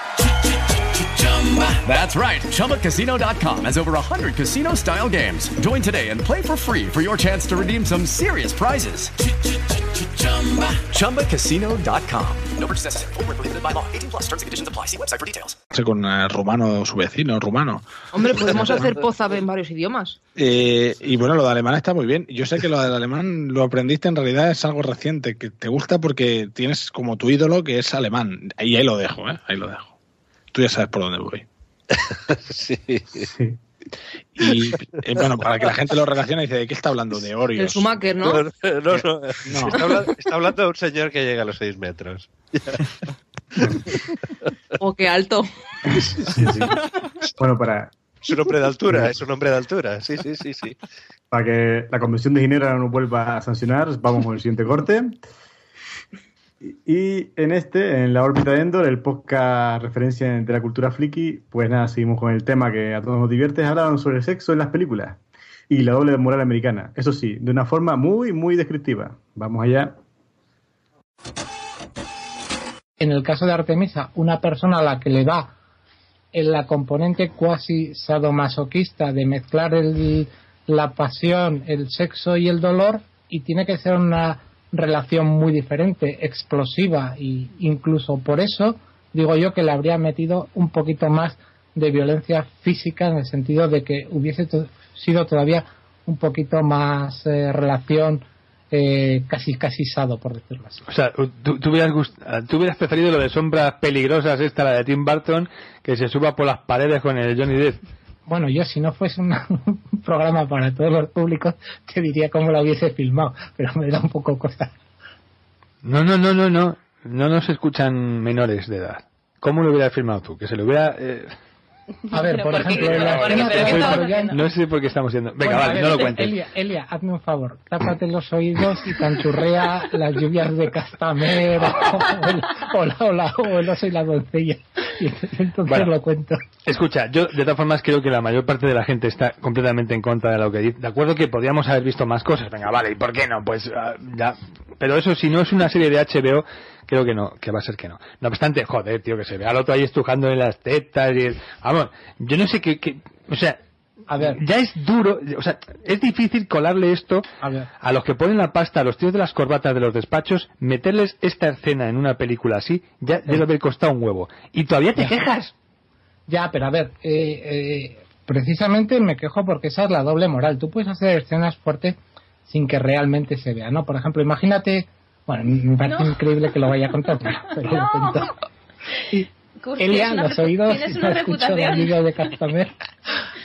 That's right. ChumbaCasino.com has over 100 casino-style games. Join today and play for free for your chance to redeem some serious prizes. ChumbaCasino.com. No purchase necessary. Void where prohibited by law. 18+. Terms and conditions apply. See website for details. Con rumano, su vecino, rumano. Hombre, podemos hacer Pozap en varios idiomas. Y bueno, lo de alemán está muy bien. Yo sé que lo del alemán lo aprendiste, en realidad es algo reciente, que te gusta porque tienes como tu ídolo que es alemán. Y ahí lo dejo, ahí lo dejo. Tú ya sabes por dónde voy. Sí. Y bueno, para que la gente lo relacione, dice, ¿de qué está hablando? De Oreos. El Schumacher, ¿no? No. Está hablando de un señor que llega a los 6 metros. Oh, qué alto. Sí. Bueno, Es un hombre de altura, sí. Para que la Convención de Ginebra no nos vuelva a sancionar, vamos con el siguiente corte. Y en la órbita de Endor, el podcast referencia de la cultura friki, pues nada, seguimos con el tema que a todos nos divierte. Hablaron sobre el sexo en las películas y la doble moral americana. Eso sí, de una forma muy, muy descriptiva. Vamos allá. En el caso de Artemisa, una persona a la que le da la componente cuasi sadomasoquista de mezclar la pasión, el sexo y el dolor, y tiene que ser una relación muy diferente, explosiva, y incluso por eso digo yo que le habría metido un poquito más de violencia física, en el sentido de que hubiese sido todavía un poquito más relación casi sado, por decirlo así. O sea, tú hubieras preferido lo de Sombras Peligrosas, la de Tim Burton, que se suba por las paredes con el Johnny Depp. Bueno, yo si no fuese un programa para todos los públicos, te diría cómo lo hubiese filmado, pero me da un poco cosa. No nos escuchan menores de edad. ¿Cómo lo hubieras filmado tú? Que se lo hubiera... A ver, por ejemplo, en la escena... No sé por qué estamos yendo... Venga, vale, no lo cuentes. Elia, hazme un favor. Tápate los oídos y canchurrea las lluvias de Castamere o el oso y la doncella. Y entonces bueno, lo cuento. Escucha, yo de todas formas creo que la mayor parte de la gente está completamente en contra de lo que dice. De acuerdo que podríamos haber visto más cosas. Venga, vale, ¿y por qué no? Pues ya... Pero eso, si no es una serie de HBO... Creo que no, que va a ser que no. No obstante, joder, tío, que se ve al otro ahí estrujando en las tetas y vamos, yo no sé qué, o sea, a ver, ya es duro, o sea, es difícil colarle esto a los que ponen la pasta, a los tíos de las corbatas de los despachos, meterles esta escena en una película así, ya debe haber costado un huevo. Y todavía te quejas. Ya, pero a ver, precisamente me quejo porque esa es la doble moral. Tú puedes hacer escenas fuertes sin que realmente se vea, ¿no? Por ejemplo, imagínate... Bueno, me parece increíble que lo vaya a contar, pero lo cuento. Elia, los oídos, no escucho el vídeo de Castamere.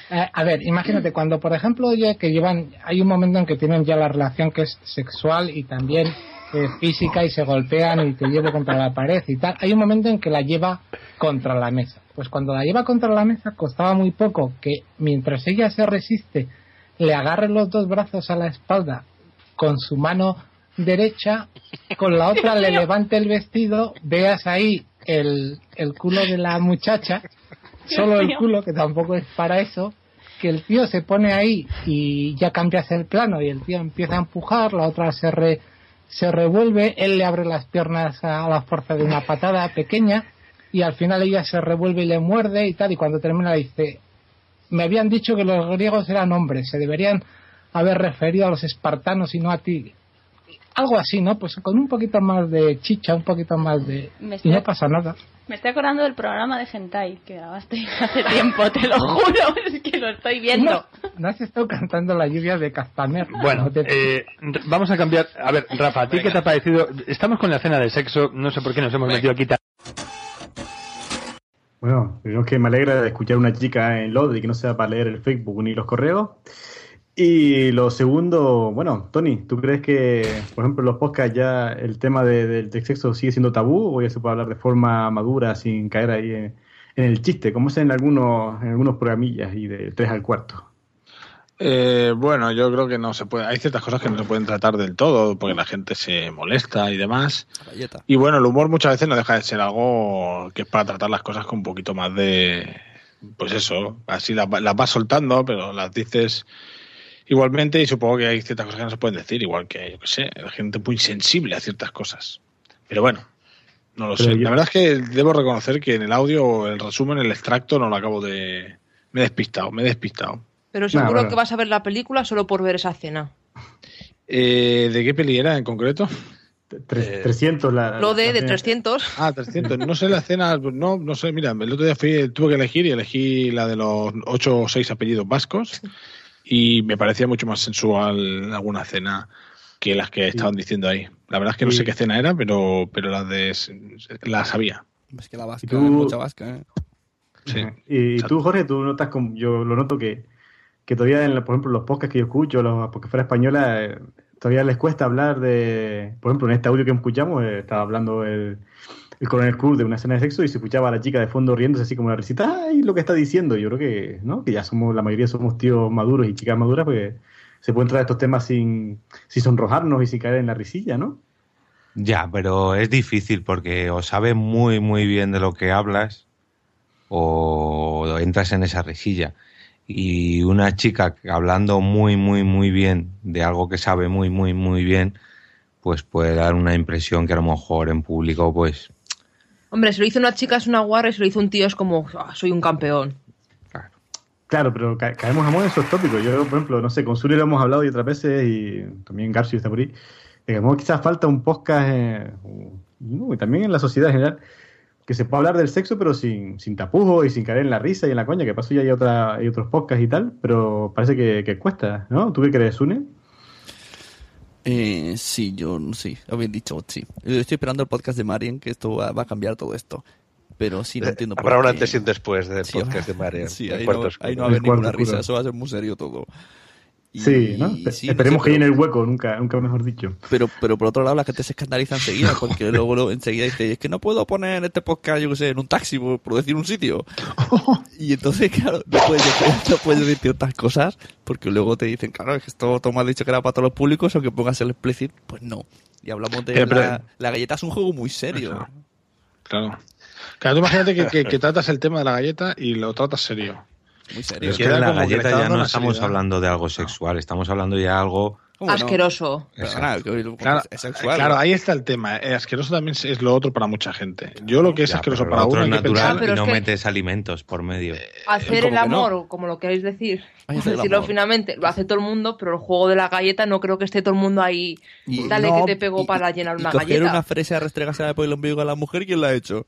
A ver, imagínate, cuando por ejemplo hay un momento en que tienen ya la relación que es sexual y también física y se golpean y te llevo contra la pared y tal, hay un momento en que la lleva contra la mesa. Pues cuando la lleva contra la mesa costaba muy poco que mientras ella se resiste le agarre los dos brazos a la espalda con su mano derecha, con la otra le levante el vestido, veas ahí el culo de la muchacha, solo el culo, que tampoco es para eso, que el tío se pone ahí y ya cambias el plano y el tío empieza a empujar, la otra se revuelve, él le abre las piernas a la fuerza de una patada pequeña y al final ella se revuelve y le muerde y tal, y cuando termina dice: me habían dicho que los griegos eran hombres, se deberían haber referido a los espartanos y no a ti. Algo así, ¿no? Pues con un poquito más de chicha, un poquito más de... y no pasa nada. Me estoy acordando del programa de Hentai que grabaste hace tiempo, te lo juro, es que lo estoy viendo. No has estado cantando La lluvia de Castamer. Bueno, vamos a cambiar. A ver, Rafa, ¿a ti qué te ha parecido? Estamos con la escena de sexo, no sé por qué nos hemos metido aquí. Bueno, primero que me alegra de escuchar a una chica en Lodi que no sea para leer el Facebook ni los correos. Y lo segundo, bueno, Tony, ¿tú crees que, por ejemplo, en los podcasts ya el tema del sexo sigue siendo tabú o ya se puede hablar de forma madura sin caer ahí en el chiste, como es en algunos programillas y de 3 al cuarto? Bueno, yo creo que no se puede. Hay ciertas cosas que no se pueden tratar del todo porque la gente se molesta y demás. Y bueno, el humor muchas veces no deja de ser algo que es para tratar las cosas con un poquito más de... Pues eso, así las vas soltando, pero las dices... Igualmente, y supongo que hay ciertas cosas que no se pueden decir, igual que, yo qué sé, la gente muy sensible a ciertas cosas. Pero bueno, no lo sé. La verdad es que debo reconocer que en el audio, el resumen, el extracto, no lo acabo de... Me he despistado. Pero seguro que vas a ver la película solo por ver esa escena. ¿De qué peli era en concreto? 300. Lo de 300. Ah, 300. No sé la escena, no sé, mira, el otro día tuve que elegir y elegí la de los 8 o 6 apellidos vascos. Y me parecía mucho más sensual alguna escena que las que estaban diciendo ahí. La verdad es que no sé qué escena era, pero la sabía. Es que la vasca, mucha vasca, ¿eh? Sí. Y tú, Jorge, tú notas, yo lo noto que todavía, por ejemplo, los podcasts que yo escucho, porque fuera española, todavía les cuesta hablar de... Por ejemplo, en este audio que escuchamos, estaba hablando el Coronel Cruz de una escena de sexo y se escuchaba a la chica de fondo riéndose así como una risita. ¡Ay, lo que está diciendo! Yo creo que, ¿no? Que ya la mayoría somos tíos maduros y chicas maduras, pues se pueden tratar estos temas sin sonrojarnos y sin caer en la risilla, ¿no? Ya, pero es difícil porque o sabes muy, muy bien de lo que hablas o entras en esa risilla. Y una chica hablando muy, muy, muy bien de algo que sabe muy, muy, muy bien, pues puede dar una impresión que a lo mejor en público, pues... Hombre, si lo hizo una chica es una guarra y si lo hizo un tío es como, soy un campeón. Claro, pero caemos a modo en esos tópicos. Yo, por ejemplo, no sé, con Suri lo hemos hablado y otras veces, y también Garcio está por ahí, de que quizás falta un podcast, y también en la sociedad en general, que se pueda hablar del sexo, pero sin tapujos y sin caer en la risa y en la coña, que pasó ya hay otros podcasts y tal, pero parece que cuesta, ¿no? ¿Tú qué crees, Sune? Sí, habéis dicho, sí. Estoy esperando el podcast de Marian, que esto va a cambiar todo esto. Pero sí, no entiendo por qué. Habrá un antes y un después del podcast de Marian. Sí, ahí no va a haber ninguna risa, eso va a ser muy serio todo. Sí, ¿no? Esperemos que llene el hueco, nunca mejor dicho. Pero por otro lado la gente se escandaliza enseguida, porque luego enseguida dice, es que no puedo poner este podcast, yo que sé, en un taxi, por decir un sitio. Y entonces, claro, no puedes decir ciertas cosas, porque luego te dicen, claro, es que esto tú me has dicho que era para todos los públicos, aunque pongas el explícito, pues no. Y hablamos de la galleta es un juego muy serio. Claro, tú imagínate que tratas el tema de la galleta y lo tratas serio. Muy serio. Es que en la galleta ya no estamos hablando de algo sexual, estamos hablando ya de algo... asqueroso. Claro, ahí está el tema. Asqueroso también es lo otro para mucha gente. Yo lo que es asqueroso para uno es natural y no que metes alimentos por medio. Hacer el amor, como lo queréis decir, decirlo finalmente, lo hace todo el mundo, pero el juego de la galleta no creo que esté todo el mundo ahí. Dale que te pego para llenar una galleta. Coger una fresa, restregársela por el ombligo a la mujer, ¿quién la ha hecho?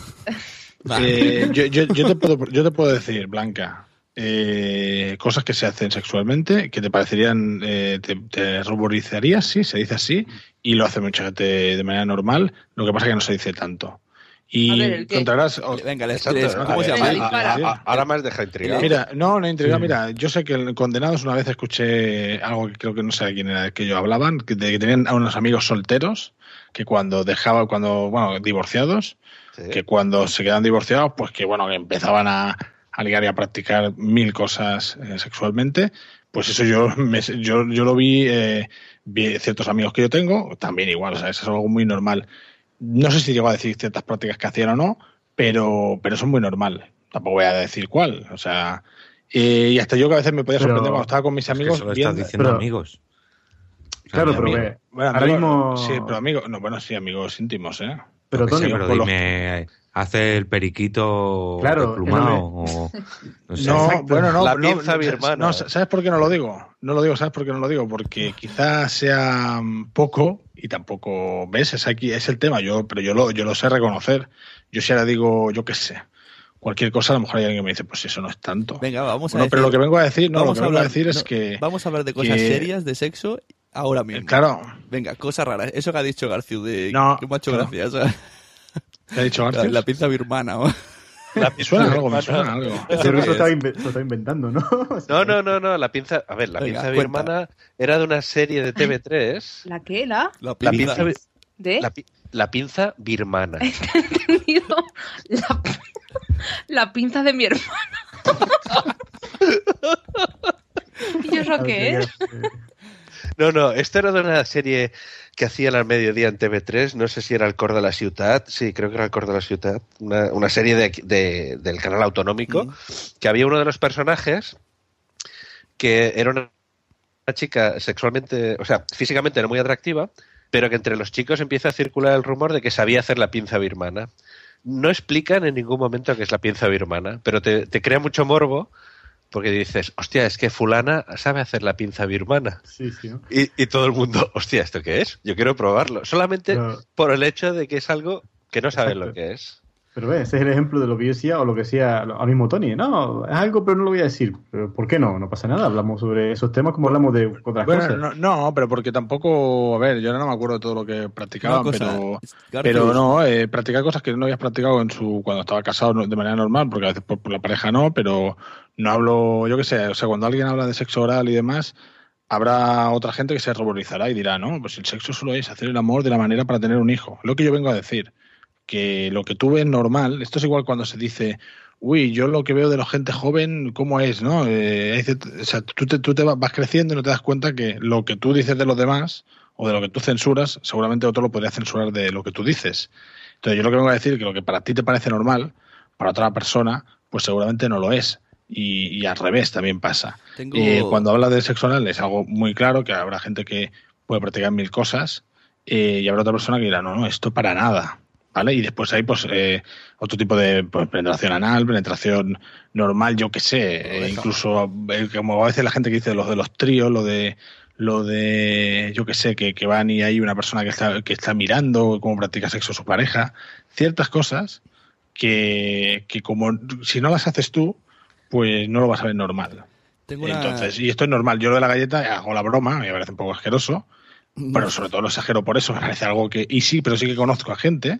Yo te puedo decir, Blanca, cosas que se hacen sexualmente que te parecerían, te ruborizarías, sí, se dice así, y lo hace mucha gente de manera normal, lo que pasa es que no se dice tanto. Y A ver, ¿el qué? encontrarás... Venga, ¿Cómo se llama? Ahora me has dejado intrigado. Mira, no intrigado. Mira, yo sé que en Condenados una vez escuché algo que creo que no sé quién era que ellos hablaban, de que tenían a unos amigos solteros que divorciados, que cuando se quedan divorciados, pues que que empezaban a ligar y a practicar mil cosas sexualmente. Pues eso yo lo vi ciertos amigos que yo tengo, también igual, o sea, eso es algo muy normal. No sé si llego a decir ciertas prácticas que hacían o no, pero son muy normal. Tampoco voy a decir cuál, o sea, y hasta yo que a veces me podía sorprender cuando estaba con mis amigos. Solo estás diciendo amigos. Claro, pero ahora mismo... Sí, pero amigos... No, bueno, sí, amigos íntimos, ¿eh? Pero Tony, pero dime, ¿hace el periquito desplumado? La pinza birmana. No, ¿sabes por qué no lo digo? ¿Sabes por qué no lo digo? Porque quizás sea poco y tampoco... ¿Ves? Es el tema, pero yo lo sé reconocer. Yo si ahora digo, yo qué sé, cualquier cosa, a lo mejor hay alguien que me dice, pues eso no es tanto. Venga, vamos a decir... Pero lo que vengo a decir, es que... Vamos a hablar de cosas serias, de sexo... Ahora mismo. Claro. Venga, cosa rara. Eso que ha dicho Garciu que me ha hecho gracia. O sea, ¿qué ha dicho Garciu? La pinza birmana. Me suena algo. Lo estaba inventando, ¿no? No. La pinza birmana era de una serie de TV3. ¿La qué? La pinza birmana. He entendido la pinza de mi hermana. ¿Y eso qué es? No, esto era de una serie que hacían al mediodía en TV3, no sé si era El Cor de la Ciutat, sí, creo que era El Cor de la Ciutat, una serie del canal autonómico, que había uno de los personajes que era una chica sexualmente, o sea, físicamente no muy atractiva, pero que entre los chicos empieza a circular el rumor de que sabía hacer la pinza birmana. No explican en ningún momento qué es la pinza birmana, pero te crea mucho morbo, porque dices, hostia, es que fulana sabe hacer la pinza birmana. Sí. Y todo el mundo, hostia, ¿esto qué es? Yo quiero probarlo. Solamente por el hecho de que es algo que no saben lo que es. Pero ese es el ejemplo de lo que yo decía o lo que decía al mismo Tony. No, es algo, pero no lo voy a decir. ¿Pero por qué no? No pasa nada. Hablamos sobre esos temas como hablamos de otras cosas. No, pero porque tampoco... A ver, yo no me acuerdo de todo lo que practicaban, pero practicar cosas que no habías practicado cuando estaba casado de manera normal, porque a veces por la pareja no, pero no hablo... Yo qué sé, o sea, cuando alguien habla de sexo oral y demás, habrá otra gente que se ruborizará y dirá, no, pues el sexo solo es hacer el amor de la manera para tener un hijo. Lo que yo vengo a decir... que lo que tú ves normal, esto es igual cuando se dice, uy, yo lo que veo de la gente joven, ¿cómo es? ¿No? O sea, tú te vas creciendo y no te das cuenta que lo que tú dices de los demás o de lo que tú censuras, seguramente otro lo podría censurar de lo que tú dices. Entonces yo lo que vengo a decir es que lo que para ti te parece normal, para otra persona, pues seguramente no lo es. Y al revés también pasa. Cuando hablas de sexo oral es algo muy claro, que habrá gente que puede practicar mil cosas y habrá otra persona que dirá, no, esto para nada. ¿Vale? Y después hay otro tipo de penetración anal, penetración normal, yo qué sé, incluso como a veces la gente que dice los tríos, lo de yo qué sé, que van y hay una persona que está mirando cómo practica sexo su pareja, ciertas cosas que como si no las haces tú, pues no lo vas a ver normal. Entonces, y esto es normal, yo lo de la galleta hago la broma, me parece un poco asqueroso, pero sobre todo lo exagero por eso, me parece algo que, pero sí que conozco a gente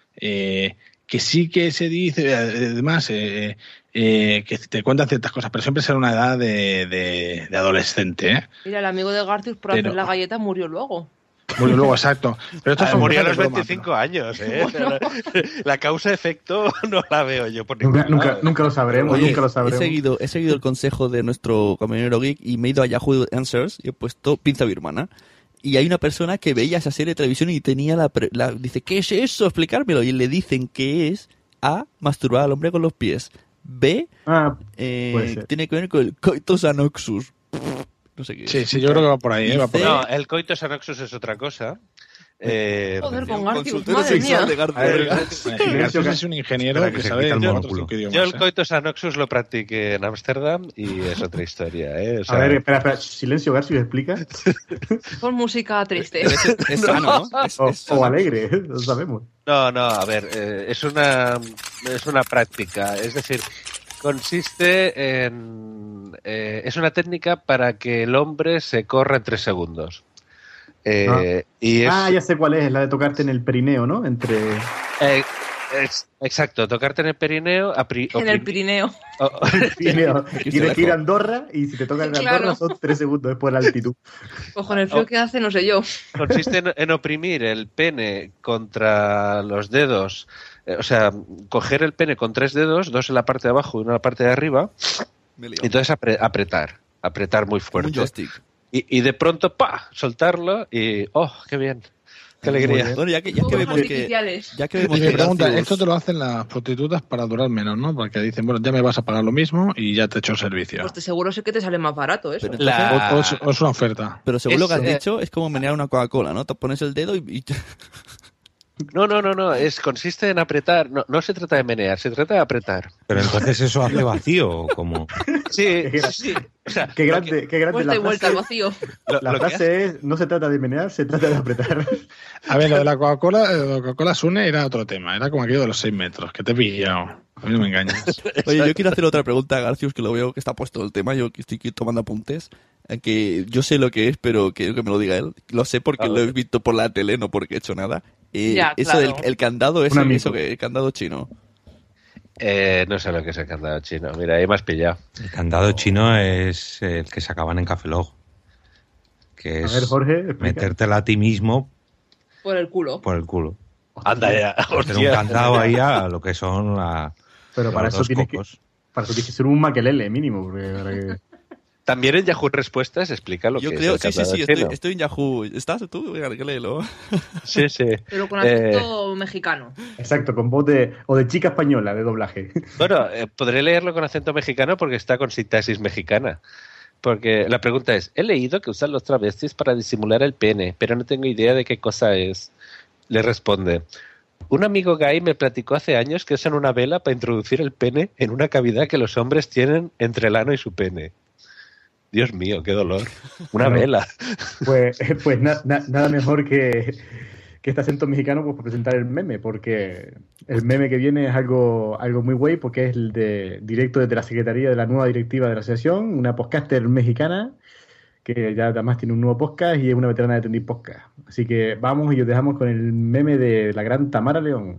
que sí que se dice, además, que te cuentan ciertas cosas, pero siempre será una edad de adolescente, ¿eh? Mira, el amigo de Garcius por hacer la galleta murió luego. Murió luego, exacto. Pero esto murió a los 25 años, ¿eh? Bueno. La causa-efecto no la veo yo por ningún lado. Nunca lo sabremos. Oye, nunca lo sabremos. He seguido el consejo de nuestro compañero geek y me he ido a Yahoo Answers y he puesto pinza birmana. Y hay una persona que veía esa serie de televisión y tenía dice, ¿qué es eso? Explícármelo. Y le dicen que es A, masturbar al hombre con los pies. B, tiene que ver con el coitus anoxus. No sé qué. Sí, yo creo que va por ahí. Va por ahí. No, el coitus anoxus es otra cosa. Joder, con Garcius, madre mía. Garcius es un ingeniero que sabe otros idiomas. Yo el coitus anoxus lo practiqué en Ámsterdam y es otra historia, ¿eh? O sea, a ver, espera, silencio, Garcius, explica. Con música triste. Es sano, ¿no? O alegre, lo sabemos. No, a ver, es una práctica, es decir, consiste en... es una técnica para que el hombre se corra en 3 segundos. Ya sé cuál es, la de tocarte en el perineo, ¿no? Exacto, tocarte en el perineo. En el Pirineo. Tienes que ir a Andorra y si te toca en Andorra Claro. son 3 segundos después de la altitud. O con el frío que hace, no sé yo. Consiste en oprimir el pene contra los dedos. O sea, coger el pene con 3 dedos, 2 en la parte de abajo y 1 en la parte de arriba. Y entonces apretar muy fuerte. Un joystick. Y de pronto, ¡pa! Soltarlo y ¡oh, qué bien! ¡Qué alegría! Bueno, ya que vemos Y me pregunta, esto te lo hacen las prostitutas para durar menos, ¿no? Porque dicen, bueno, ya me vas a pagar lo mismo y ya te echo servicio. Pues de seguro sé que te sale más barato eso. O es una oferta. Pero según lo que has dicho, es como menear una Coca-Cola, ¿no? Te pones el dedo y... No. Consiste en apretar. No se trata de menear, se trata de apretar. Pero entonces eso hace vacío, como... Sí. O sea, qué grande Vuelta y la vuelta al frase. vacío. La frase es, no se trata de menear, se trata de apretar. A ver, lo de la Coca-Cola Sune era otro tema. Era como aquello de los 6 metros, que te he pillado. A mí no me engañas. Oye, yo quiero hacer otra pregunta a Garcius, que lo veo que está puesto el tema. Yo que estoy aquí tomando apuntes. Que yo sé lo que es, pero quiero que me lo diga él. Lo sé porque lo he visto por la tele, no porque he hecho nada. Ya, eso claro. del candado, Un amigo. el candado chino. No sé lo que es el candado chino. Mira, ahí me has pillado. El candado chino es el que sacaban en Café Lock. Que A es ver, Jorge, explica. metértela a ti mismo Por el culo. por el culo. Anda ya. Hacer un candado ahí a lo que son Pero para los eso dos tienes cocos. para eso tienes que ser un maquelele mínimo. Porque para que... También en Yahoo Respuestas explica lo Yo que creo, es el sí, candado chino. estoy en Yahoo. ¿Estás tú? Venga, que léelo. Sí. Pero con acento mexicano. Exacto, con voz de chica española de doblaje. Bueno, podré leerlo con acento mexicano porque está con sintaxis mexicana. Porque la pregunta es, he leído que usan los travestis para disimular el pene, pero no tengo idea de qué cosa es. Le responde, un amigo gay me platicó hace años que usan una vela para introducir el pene en una cavidad que los hombres tienen entre el ano y su pene. Dios mío, qué dolor. Una vela. Pues nada mejor que este acento mexicano pues, para presentar el meme, porque el meme que viene es algo muy guay, porque es el de directo desde la Secretaría de la nueva directiva de la asociación, una podcaster mexicana que ya además tiene un nuevo podcast y es una veterana de Trendy Podcast. Así que vamos y os dejamos con el meme de la gran Tamara León.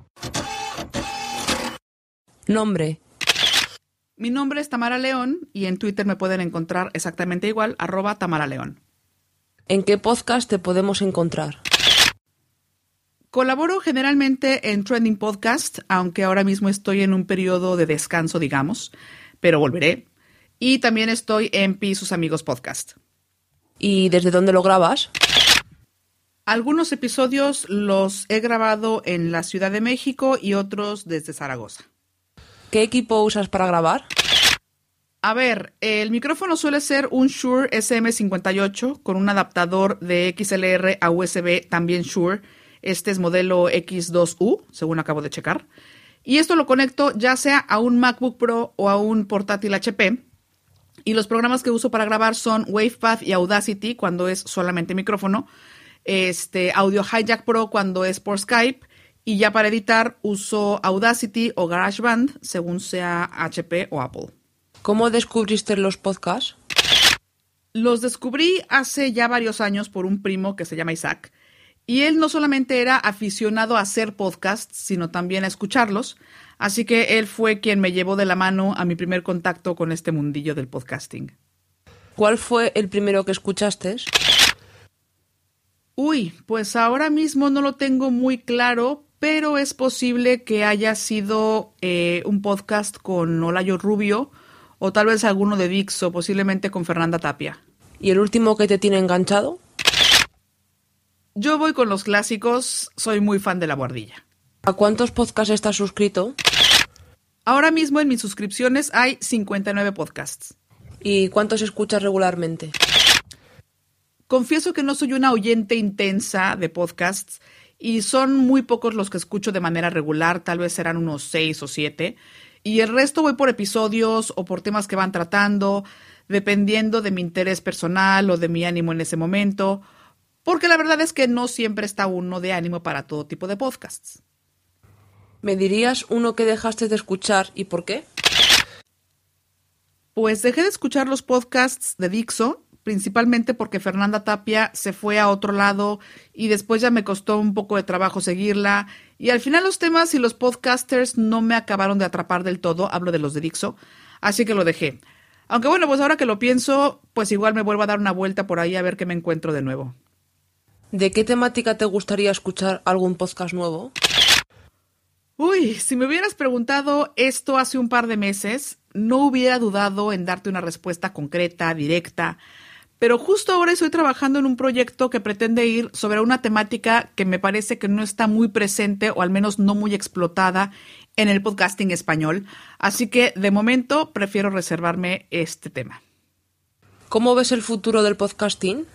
Nombre. Mi nombre es Tamara León y en Twitter me pueden encontrar exactamente igual, @TamaraLeón. ¿En qué podcast te podemos encontrar? Colaboro generalmente en Trending Podcast, aunque ahora mismo estoy en un periodo de descanso, digamos, pero volveré. Y también estoy en Pi Sus Amigos Podcast. ¿Y desde dónde lo grabas? Algunos episodios los he grabado en la Ciudad de México y otros desde Zaragoza. ¿Qué equipo usas para grabar? A ver, el micrófono suele ser un Shure SM58 con un adaptador de XLR a USB, también Shure. Este es modelo X2U, según acabo de checar. Y esto lo conecto ya sea a un MacBook Pro o a un portátil HP. Y los programas que uso para grabar son WavePad y Audacity cuando es solamente micrófono. Audio Hijack Pro cuando es por Skype. Y ya para editar uso Audacity o GarageBand, según sea HP o Apple. ¿Cómo descubriste los podcasts? Los descubrí hace ya varios años por un primo que se llama Isaac. Y él no solamente era aficionado a hacer podcasts, sino también a escucharlos. Así que él fue quien me llevó de la mano a mi primer contacto con este mundillo del podcasting. ¿Cuál fue el primero que escuchaste? Uy, pues ahora mismo no lo tengo muy claro, pero es posible que haya sido un podcast con Olayo Rubio o tal vez alguno de Dixo, posiblemente con Fernanda Tapia. ¿Y el último que te tiene enganchado? Yo voy con los clásicos, soy muy fan de La Buhardilla. ¿A cuántos podcasts estás suscrito? Ahora mismo en mis suscripciones hay 59 podcasts. ¿Y cuántos escuchas regularmente? Confieso que no soy una oyente intensa de podcasts y son muy pocos los que escucho de manera regular, tal vez serán unos 6 o 7. Y el resto voy por episodios o por temas que van tratando, dependiendo de mi interés personal o de mi ánimo en ese momento, porque la verdad es que no siempre está uno de ánimo para todo tipo de podcasts. ¿Me dirías uno que dejaste de escuchar y por qué? Pues dejé de escuchar los podcasts de Dixo principalmente porque Fernanda Tapia se fue a otro lado y después ya me costó un poco de trabajo seguirla. Y al final los temas y los podcasters no me acabaron de atrapar del todo, hablo de los de Dixo, así que lo dejé. Aunque bueno, pues ahora que lo pienso, pues igual me vuelvo a dar una vuelta por ahí a ver qué me encuentro de nuevo. ¿De qué temática te gustaría escuchar algún podcast nuevo? Uy, si me hubieras preguntado esto hace un par de meses, no hubiera dudado en darte una respuesta concreta, directa, pero justo ahora estoy trabajando en un proyecto que pretende ir sobre una temática que me parece que no está muy presente o al menos no muy explotada en el podcasting español, así que de momento prefiero reservarme este tema. ¿Cómo ves el futuro del podcasting?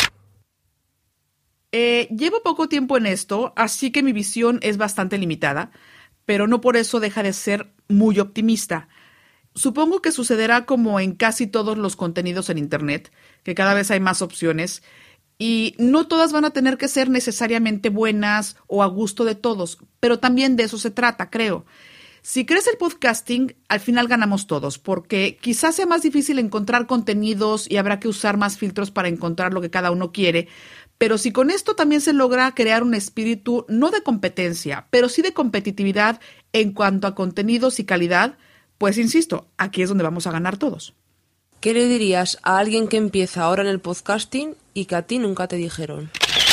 Llevo poco tiempo en esto, así que mi visión es bastante limitada, pero no por eso deja de ser muy optimista. Supongo que sucederá como en casi todos los contenidos en Internet, que cada vez hay más opciones, y no todas van a tener que ser necesariamente buenas o a gusto de todos, pero también de eso se trata, creo. Si crece el podcasting, al final ganamos todos, porque quizás sea más difícil encontrar contenidos y habrá que usar más filtros para encontrar lo que cada uno quiere, pero si con esto también se logra crear un espíritu no de competencia, pero sí de competitividad en cuanto a contenidos y calidad, pues insisto, aquí es donde vamos a ganar todos. ¿Qué le dirías a alguien que empieza ahora en el podcasting y que a ti nunca te dijeron?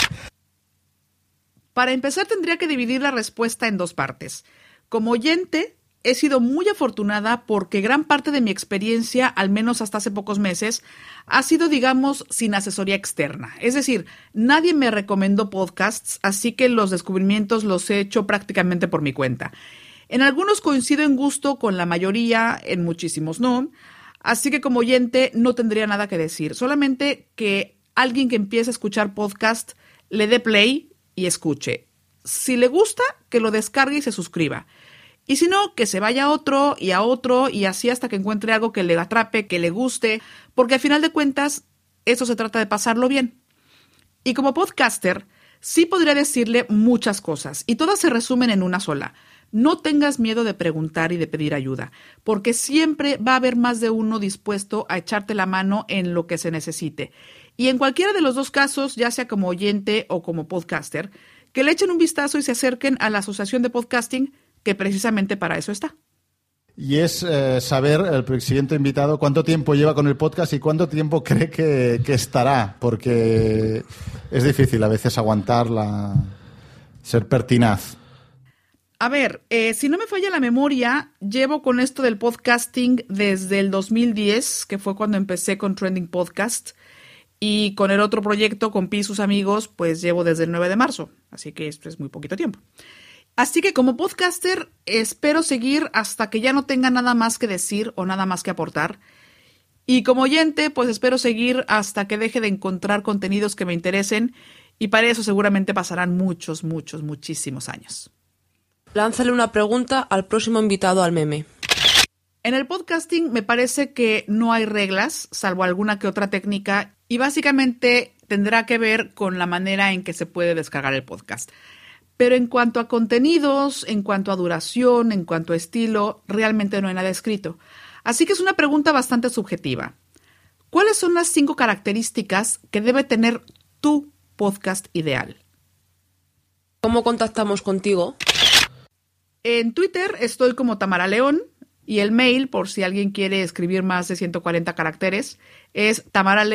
Para empezar, tendría que dividir la respuesta en dos partes. Como oyente, he sido muy afortunada porque gran parte de mi experiencia, al menos hasta hace pocos meses, ha sido, digamos, sin asesoría externa. Es decir, nadie me recomendó podcasts, así que los descubrimientos los he hecho prácticamente por mi cuenta. En algunos coincido en gusto con la mayoría, en muchísimos no. Así que como oyente no tendría nada que decir. Solamente que alguien que empiece a escuchar podcast le dé play y escuche. Si le gusta, que lo descargue y se suscriba. Y si no, que se vaya a otro y así hasta que encuentre algo que le atrape, que le guste, porque al final de cuentas, eso se trata de pasarlo bien. Y como podcaster, sí podría decirle muchas cosas, y todas se resumen en una sola. No tengas miedo de preguntar y de pedir ayuda, porque siempre va a haber más de uno dispuesto a echarte la mano en lo que se necesite. Y en cualquiera de los dos casos, ya sea como oyente o como podcaster, que le echen un vistazo y se acerquen a la Asociación de Podcasting, que precisamente para eso está. Y es saber, el siguiente invitado, cuánto tiempo lleva con el podcast y cuánto tiempo cree que estará, porque es difícil a veces ser pertinaz. A ver, si no me falla la memoria, llevo con esto del podcasting desde el 2010, que fue cuando empecé con Trending Podcast, y con el otro proyecto, con Pi y sus amigos, pues llevo desde el 9 de marzo, así que esto es muy poquito tiempo. Así que como podcaster espero seguir hasta que ya no tenga nada más que decir o nada más que aportar. Y como oyente, pues espero seguir hasta que deje de encontrar contenidos que me interesen y para eso seguramente pasarán muchísimos años. Lánzale una pregunta al próximo invitado al meme. En el podcasting me parece que no hay reglas, salvo alguna que otra técnica, y básicamente tendrá que ver con la manera en que se puede descargar el podcast. Pero en cuanto a contenidos, en cuanto a duración, en cuanto a estilo, realmente no hay nada escrito. Así que es una pregunta bastante subjetiva. ¿Cuáles son las 5 características que debe tener tu podcast ideal? ¿Cómo contactamos contigo? En Twitter estoy como Tamara León y el mail, por si alguien quiere escribir más de 140 caracteres, es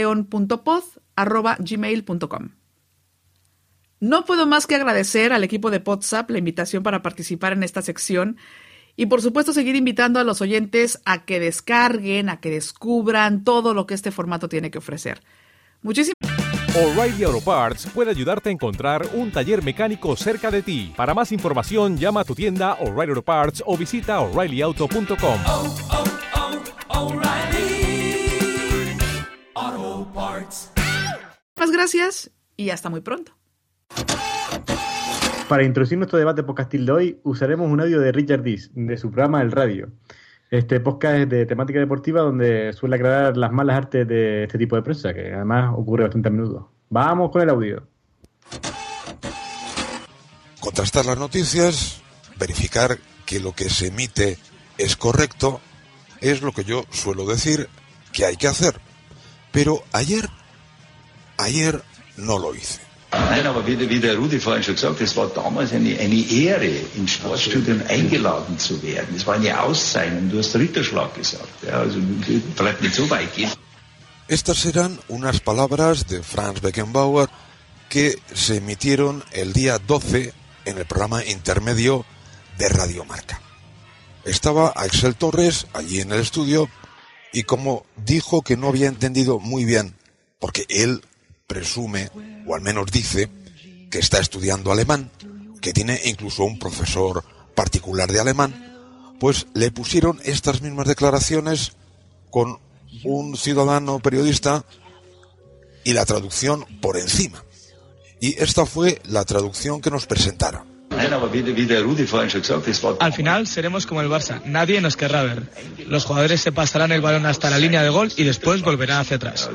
tamaraleon.pod@gmail.com. No puedo más que agradecer al equipo de Podsap la invitación para participar en esta sección y por supuesto seguir invitando a los oyentes a que descarguen, a que descubran todo lo que este formato tiene que ofrecer. Muchísimas O'Reilly Auto Parts puede ayudarte a encontrar un taller mecánico cerca de ti. Para más información, llama a tu tienda O'Reilly Auto Parts o visita O'ReillyAuto.com. Muchas gracias y hasta muy pronto. Para introducir nuestro debate podcastil de hoy, usaremos un audio de Richard Dees, de su programa El Radio. Este podcast es de temática deportiva donde suele aclarar las malas artes de este tipo de prensa, que además ocurre bastante a menudo. Vamos con el audio. Contrastar las noticias, verificar que lo que se emite es correcto, es lo que yo suelo decir que hay que hacer. Pero ayer no lo hice. Nein, aber wie der Rudi vorhin schon gesagt hat, es war damals eine Ehre, ins Sportstudium eingeladen zu werden. Es war eine Auszeichnung, du hast Ritterschlag gesagt. Ja, also vielleicht nicht so weit gehen. Estas eran unas palabras de Franz Beckenbauer que se emitieron el día 12 en el programa intermedio de Radio Marca. Estaba Axel Torres allí en el estudio y como dijo que no había entendido muy bien, porque él presume, o al menos dice, que está estudiando alemán, que tiene incluso un profesor particular de alemán, pues le pusieron estas mismas declaraciones con un ciudadano periodista y la traducción por encima. Y esta fue la traducción que nos presentaron. Al final seremos como el Barça, nadie nos querrá ver. Los jugadores se pasarán el balón hasta la línea de gol y después volverán hacia atrás.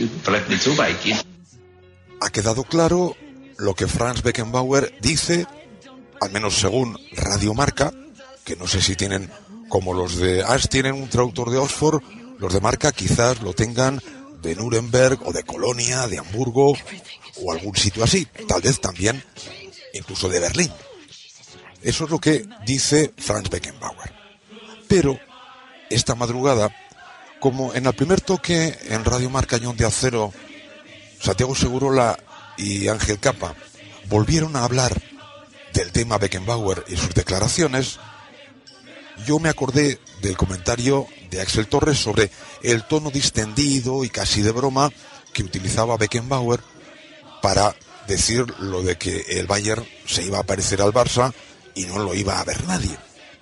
Ha quedado claro lo que Franz Beckenbauer dice, al menos según Radio Marca, que no sé si tienen, como los de Asch tienen un traductor de Oxford, los de Marca quizás lo tengan de Nuremberg o de Colonia, de Hamburgo o algún sitio así, tal vez también incluso de Berlín. Eso es lo que dice Franz Beckenbauer. Pero esta madrugada, como en el primer toque en Radio Marca y Onda Cero, Santiago Segurola y Ángel Capa volvieron a hablar del tema Beckenbauer y sus declaraciones, yo me acordé del comentario de Axel Torres sobre el tono distendido y casi de broma que utilizaba Beckenbauer para decir lo de que el Bayern se iba a parecer al Barça y no lo iba a ver nadie.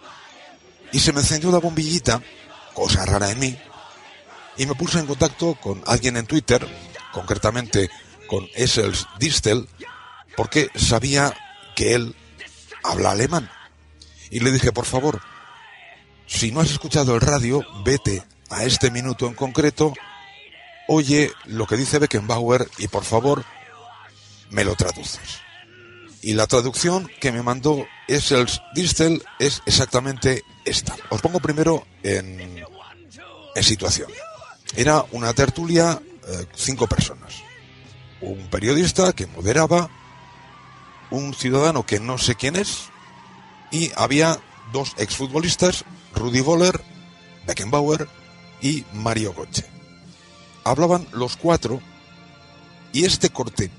Y se me encendió la bombillita, cosa rara en mí, y me puse en contacto con alguien en Twitter, concretamente con Essels Distel, porque sabía que él habla alemán. Y le dije, por favor, si no has escuchado el radio, vete a este minuto en concreto, oye lo que dice Beckenbauer y por favor me lo traduces. Y la traducción que me mandó Essels Distel es exactamente esta. Os pongo primero en situación. Era una tertulia, 5 personas. Un periodista que moderaba, un ciudadano que no sé quién es, y había 2 exfutbolistas, Rudi Völler, Beckenbauer y Mario Götze. Hablaban los 4 y este corte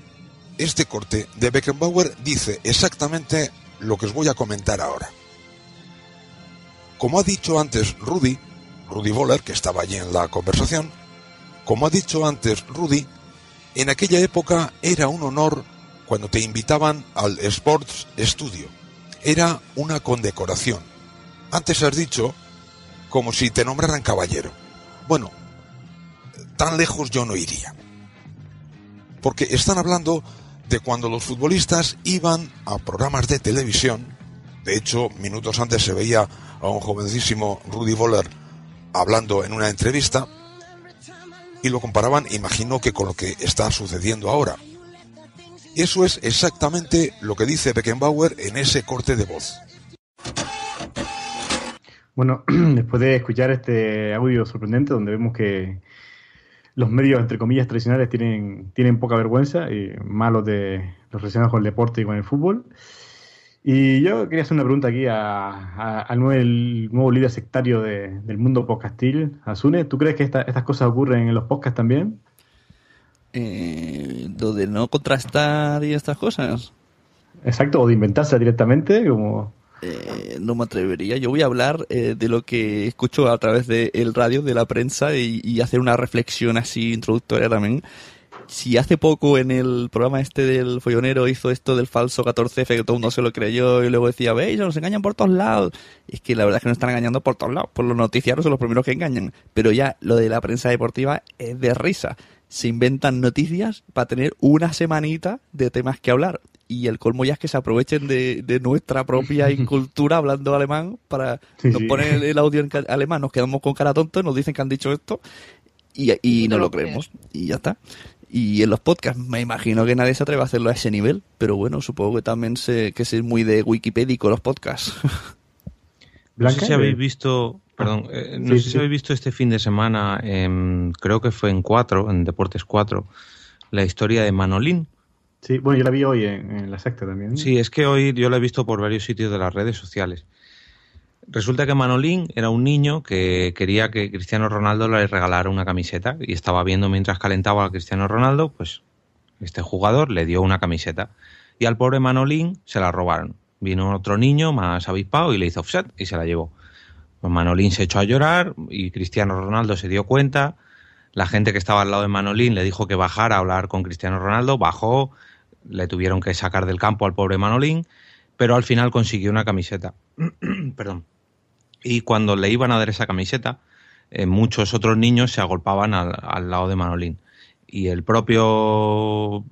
de Beckenbauer dice exactamente lo que os voy a comentar ahora. Como ha dicho antes Rudi Völler, que estaba allí en la conversación, como ha dicho antes Rudi, en aquella época era un honor cuando te invitaban al Sports Studio. Era una condecoración. Antes has dicho como si te nombraran caballero. Bueno, tan lejos yo no iría. Porque están hablando de cuando los futbolistas iban a programas de televisión. De hecho, minutos antes se veía a un jovencísimo Rudi Völler hablando en una entrevista y lo comparaban, imagino que con lo que está sucediendo ahora. Eso es exactamente lo que dice Beckenbauer en ese corte de voz. Bueno, después de escuchar este audio sorprendente donde vemos que los medios, entre comillas, tradicionales tienen poca vergüenza, y más los relacionados con el deporte y con el fútbol. Y yo quería hacer una pregunta aquí al nuevo líder sectario del mundo podcastil, a Sune. ¿Tú crees que estas cosas ocurren en los podcasts también? Lo de no contrastar y estas cosas. Exacto, o de inventarse directamente, como... No me atrevería. Yo voy a hablar de lo que escucho a través del radio, de la prensa, y hacer una reflexión así introductoria también. Si hace poco en el programa este del Follonero hizo esto del falso 14F, que todo el mundo se lo creyó, y luego decía, veis, nos engañan por todos lados. Es que la verdad es que nos están engañando por todos lados. Por los noticiarios son los primeros que engañan. Pero ya lo de la prensa deportiva es de risa. Se inventan noticias para tener una semanita de temas que hablar. Y el colmo ya es que se aprovechen de nuestra propia incultura hablando alemán para nos ponen el audio en alemán, nos quedamos con cara tonta, nos dicen que han dicho esto y no lo creemos. Y ya está. Y en los podcasts me imagino que nadie se atreve a hacerlo a ese nivel, pero bueno, supongo que también es muy de Wikipedia con los podcasts. No sé si habéis visto, Perdón, no sé si habéis visto este fin de semana, creo que fue en Deportes 4, la historia de Manolín. Sí, bueno, yo la vi hoy en La Sexta también. Sí, es que hoy yo la he visto por varios sitios de las redes sociales. Resulta que Manolín era un niño que quería que Cristiano Ronaldo le regalara una camiseta y estaba viendo mientras calentaba a Cristiano Ronaldo, pues este jugador le dio una camiseta y al pobre Manolín se la robaron. Vino otro niño más avispado y le hizo offset y se la llevó. Pues Manolín se echó a llorar y Cristiano Ronaldo se dio cuenta. La gente que estaba al lado de Manolín le dijo que bajara a hablar con Cristiano Ronaldo, bajó, le tuvieron que sacar del campo al pobre Manolín, pero al final consiguió una camiseta. Perdón. Y cuando le iban a dar esa camiseta, muchos otros niños se agolpaban al lado de Manolín. Y el propio,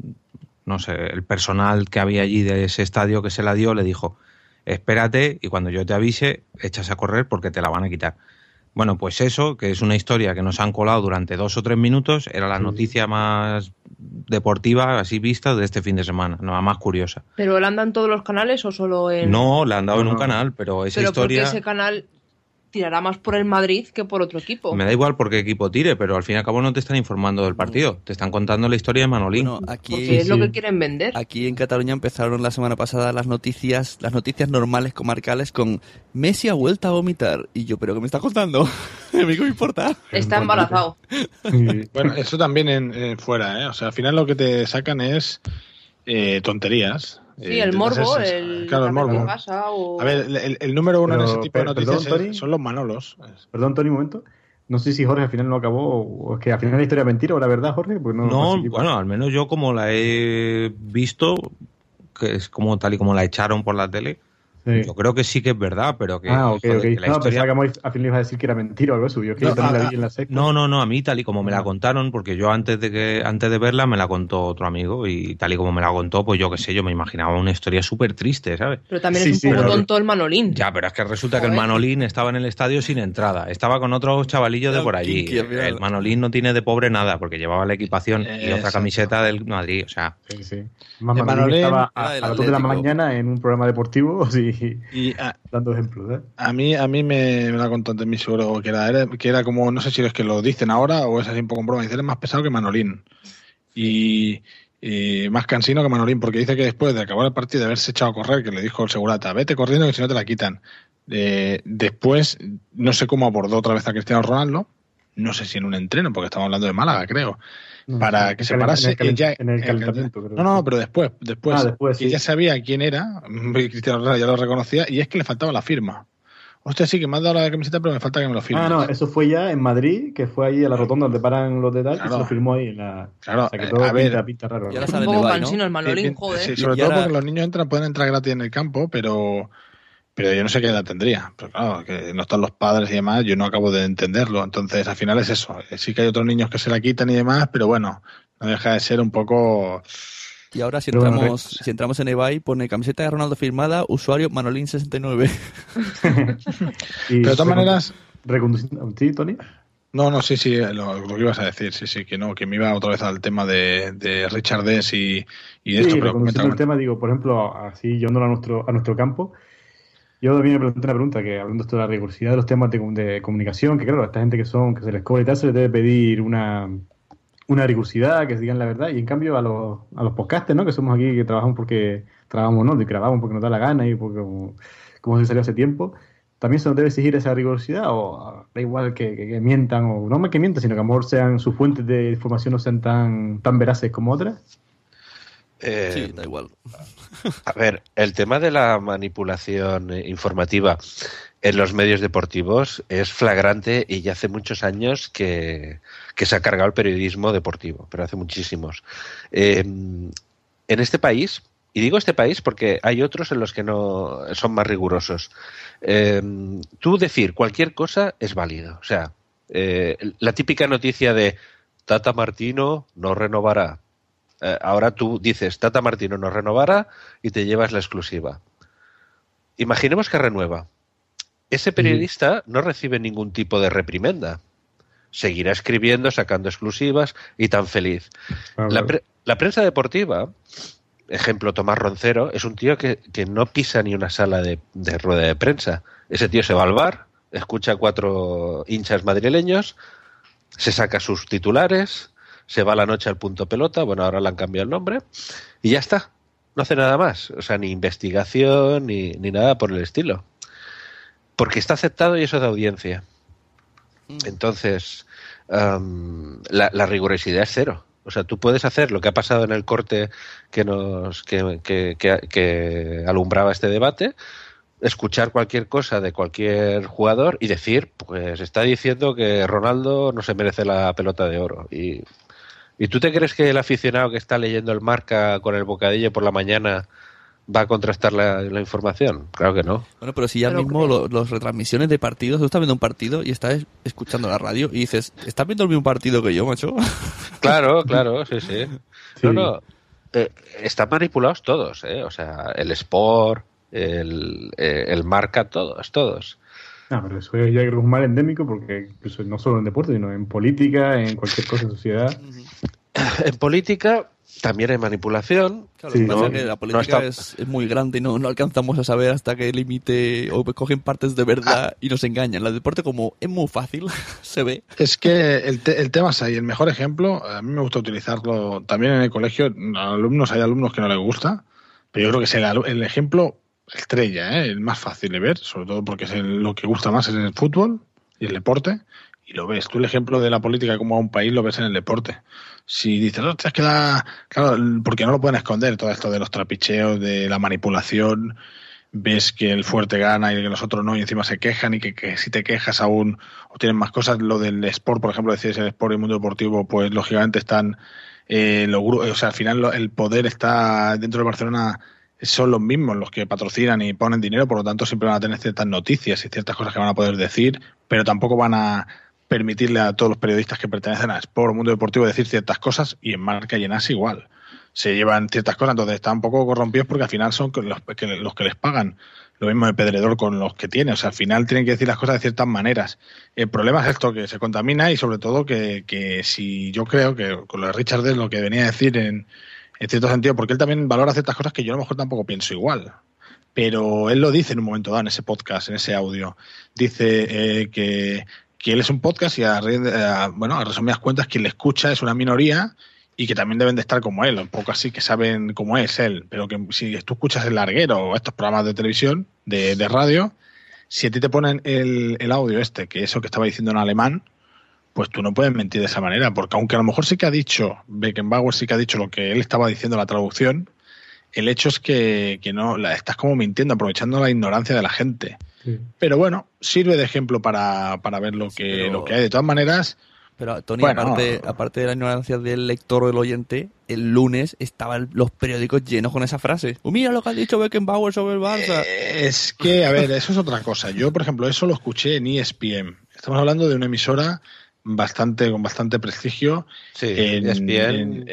no sé, el personal que había allí de ese estadio que se la dio le dijo: espérate y cuando yo te avise, echas a correr porque te la van a quitar. Bueno, pues eso, que es una historia que nos han colado durante 2 o 3 minutos, era la noticia más deportiva así vista de este fin de semana, nada más curiosa. ¿Pero la han dado en todos los canales o solo en...? No, la han dado en un canal, pero esa historia... Pero porque ese canal tirará más por el Madrid que por otro equipo. Me da igual por qué equipo tire, pero al fin y al cabo no te están informando del partido, te están contando la historia de Manolín. Bueno, aquí, porque es lo que quieren vender. Aquí en Cataluña empezaron la semana pasada las noticias normales comarcales con Messi ha vuelto a vomitar. Y yo, ¿pero qué me está contando? A mí qué me importa. Está embarazado. Bueno, eso también en fuera, ¿eh? O sea, al final lo que te sacan es tonterías. Sí, el morbo, claro, el morbo. A ver, el número uno en ese tipo de noticias son los Manolos. Perdón, Tony, un momento. No sé si Jorge al final no acabó, o es que al final la historia es mentira o la verdad, Jorge. Pues no, bueno, al menos yo como la he visto, que es como tal y como la echaron por la tele, sí. Yo creo que sí que es verdad, pero que... ok. Que la historia... pensaba que al final ibas a decir que era mentira o algo suyo. Que yo también la vi en la secta. No, a mí tal y como me la contaron, porque yo antes de verla me la contó otro amigo y tal y como me la contó, pues yo qué sé, yo me imaginaba una historia súper triste, ¿sabes? Pero también es un poco tonto el Manolín. Ya, pero es que resulta que el Manolín estaba en el estadio sin entrada, estaba con otros chavalillos de por allí. El Manolín no tiene de pobre nada, porque llevaba la equipación y otra camiseta del Madrid, o sea... Sí. Manolín estaba a las 2 de la mañana en un programa deportivo y dando ejemplos, ¿eh? A mí me la contó antes mi suegro que era como, no sé si es que lo dicen ahora o es así un poco en broma, dice, eres más pesado que Manolín y más cansino que Manolín, porque dice que después de acabar el partido, de haberse echado a correr, que le dijo el segurata, vete corriendo que si no te la quitan, después no sé cómo abordó otra vez a Cristiano Ronaldo, no sé si en un entreno, porque estamos hablando de Málaga, creo, para que se parase en el calentamiento, creo. No, pero después que sí. ya sabía quién era, Cristiano Ronaldo ya lo reconocía, y es que le faltaba la firma. Hostia, sí, que me has dado la camiseta, pero me falta que me lo firmes. No, eso fue ya en Madrid, que fue ahí a la rotonda donde paran los de tal, y se lo firmó ahí en la... Claro, o sea, que todo a ver, pinta raro. Un poco cansino el Manolín, joder. Sí, sobre todo porque los niños pueden entrar gratis en el campo, pero yo no sé qué edad tendría. Pero claro, que no están los padres y demás, yo no acabo de entenderlo. Entonces, al final es eso. Sí que hay otros niños que se la quitan y demás, pero bueno, no deja de ser un poco... Y ahora si entramos en eBay, pone camiseta de Ronaldo firmada, usuario Manolín69. Pero de todas maneras... ¿Sí, Tony? No, sí, lo que ibas a decir, sí, que no, que me iba otra vez al tema de Richard Dess y esto. Pero el tema, digo, por ejemplo, así llevándolo a nuestro campo, yo también me pregunté una pregunta, que hablando esto de la rigurosidad de los temas de comunicación, que claro, a esta gente que se les cobra y tal, se les debe pedir una rigurosidad, que se digan la verdad, y en cambio a los podcasters, ¿no? Que somos aquí, que trabajamos porque trabajamos, ¿no? Y grabamos porque nos da la gana y porque como se salió hace tiempo, ¿también se nos debe exigir esa rigurosidad? ¿O da igual que mientan? O no más que mientan, sino que a lo mejor sean sus fuentes de información no sean tan veraces como otras. Sí, da igual. A ver, el tema de la manipulación informativa en los medios deportivos es flagrante y ya hace muchos años que se ha cargado el periodismo deportivo, pero hace muchísimos. En este país, y digo este país porque hay otros en los que no son más rigurosos, tú decir cualquier cosa es válido. O sea, la típica noticia de Tata Martino no renovará. Ahora tú dices Tata Martino no renovará y te llevas la exclusiva. Imaginemos que renueva. Ese periodista no recibe ningún tipo de reprimenda. Seguirá escribiendo, sacando exclusivas y tan feliz. La prensa deportiva, ejemplo Tomás Roncero, es un tío que no pisa ni una sala de rueda de prensa. Ese tío se va al bar, escucha 4 hinchas madrileños, se saca sus titulares, se va a la noche al punto pelota, bueno, ahora le han cambiado el nombre, y ya está. No hace nada más, o sea, ni investigación ni nada por el estilo. Porque está aceptado y eso es de audiencia. Entonces, la rigurosidad es cero. O sea, tú puedes hacer lo que ha pasado en el corte que alumbraba este debate, escuchar cualquier cosa de cualquier jugador y decir, pues está diciendo que Ronaldo no se merece la pelota de oro. ¿Y tú te crees que el aficionado que está leyendo el Marca con el bocadillo por la mañana va a contrastar la información? Claro que no. Bueno, pero si ya mismo los retransmisiones de partidos, tú estás viendo un partido y estás escuchando la radio y dices, ¿estás viendo el mismo partido que yo, macho? Claro, sí. No, están manipulados todos, ¿eh? O sea, el Sport, el Marca, todos. No, pero eso ya creo que es un mal endémico porque incluso no solo en deporte, sino en política, en cualquier cosa en sociedad. En política también hay manipulación. Claro, que la política es muy grande y no alcanzamos a saber hasta qué límite o cogen partes de verdad y nos engañan. El deporte, como es muy fácil, se ve. Es que el tema es ahí. El mejor ejemplo, a mí me gusta utilizarlo también en el colegio. Hay alumnos que no les gusta, pero yo creo que es el ejemplo estrella, el más fácil de ver, sobre todo porque es lo que gusta más es el fútbol y el deporte. Y lo ves. Tú el ejemplo de la política como a un país lo ves en el deporte. Si dices, no, es que claro, porque no lo pueden esconder todo esto de los trapicheos, de la manipulación, ves que el fuerte gana y que los otros no, y encima se quejan y que si te quejas aún o tienen más cosas. Lo del Sport, por ejemplo, decís el Sport y el mundo deportivo, pues lógicamente están o sea, al final el poder está dentro de Barcelona. Son los mismos los que patrocinan y ponen dinero, por lo tanto siempre van a tener ciertas noticias y ciertas cosas que van a poder decir, pero tampoco van a permitirle a todos los periodistas que pertenecen a Sport, Mundo Deportivo, decir ciertas cosas, y en Marca y en AS igual. Se llevan ciertas cosas, entonces están un poco corrompidos porque al final son los que les pagan. Lo mismo de Pedredor con los que tiene, o sea, al final tienen que decir las cosas de ciertas maneras. El problema es esto, que se contamina y sobre todo que si yo creo que con lo de Richard Dess, lo que venía a decir en cierto sentido, porque él también valora ciertas cosas que yo a lo mejor tampoco pienso igual. Pero él lo dice en un momento dado, en ese podcast, en ese audio. Dice que él es un podcast y a resumidas cuentas quien le escucha es una minoría y que también deben de estar como él, un poco así, que saben cómo es él. Pero que si tú escuchas El Larguero o estos programas de televisión, de radio, si a ti te ponen el audio que eso que estaba diciendo en alemán, pues tú no puedes mentir de esa manera, porque aunque a lo mejor sí que ha dicho, Beckenbauer sí que ha dicho lo que él estaba diciendo en la traducción, el hecho es que no estás como mintiendo, aprovechando la ignorancia de la gente. Sí. Pero bueno, sirve de ejemplo para ver lo que hay. De todas maneras... Pero, Tony, aparte de la ignorancia del lector o del oyente, el lunes estaban los periódicos llenos con esa frase. Mira lo que ha dicho Beckenbauer sobre el Barça. Es que, a ver, eso es otra cosa. Yo, por ejemplo, eso lo escuché en ESPN. Estamos hablando de una emisora con bastante prestigio, sí, ESPN,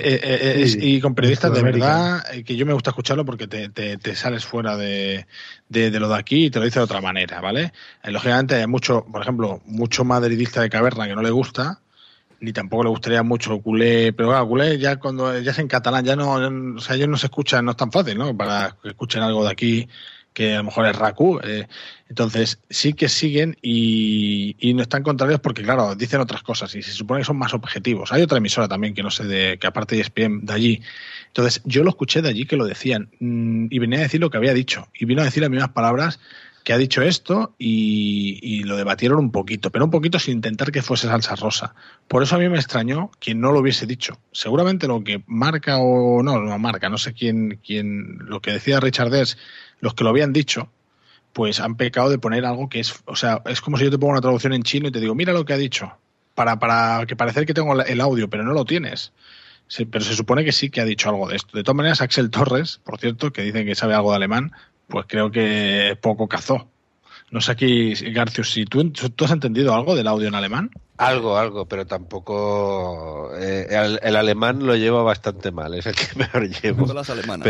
y con periodistas de verdad, que yo me gusta escucharlo porque te sales fuera de lo de aquí y te lo dice de otra manera, ¿vale? Lógicamente hay mucho madridista de caverna que no le gusta, ni tampoco le gustaría mucho culé, pero claro, culé ya cuando ya es en catalán, o sea, ellos no se escuchan, no es tan fácil, ¿no? Para que escuchen algo de aquí que a lo mejor es RACU, entonces sí que siguen y no están contrarios porque, claro, dicen otras cosas y se supone que son más objetivos. Hay otra emisora también que no sé, que aparte de ESPN, de allí. Entonces yo lo escuché de allí que lo decían y venía a decir lo que había dicho y vino a decir las mismas palabras que ha dicho esto y lo debatieron un poquito, pero un poquito sin intentar que fuese salsa rosa. Por eso a mí me extrañó que no lo hubiese dicho. Seguramente lo que Marca o no Marca, no sé quién lo que decía Richard Dess, los que lo habían dicho, pues han pecado de poner algo que es, o sea, es como si yo te pongo una traducción en chino y te digo, mira lo que ha dicho, para que parecer que tengo el audio, pero no lo tienes. Pero se supone que sí que ha dicho algo de esto. De todas maneras, Axel Torres, por cierto, que dicen que sabe algo de alemán, pues creo que poco cazó. No sé aquí, Garcius, si tú has entendido algo del audio en alemán. Algo, pero tampoco... el alemán lo llevo bastante mal, es el que mejor llevo. Las alemanas,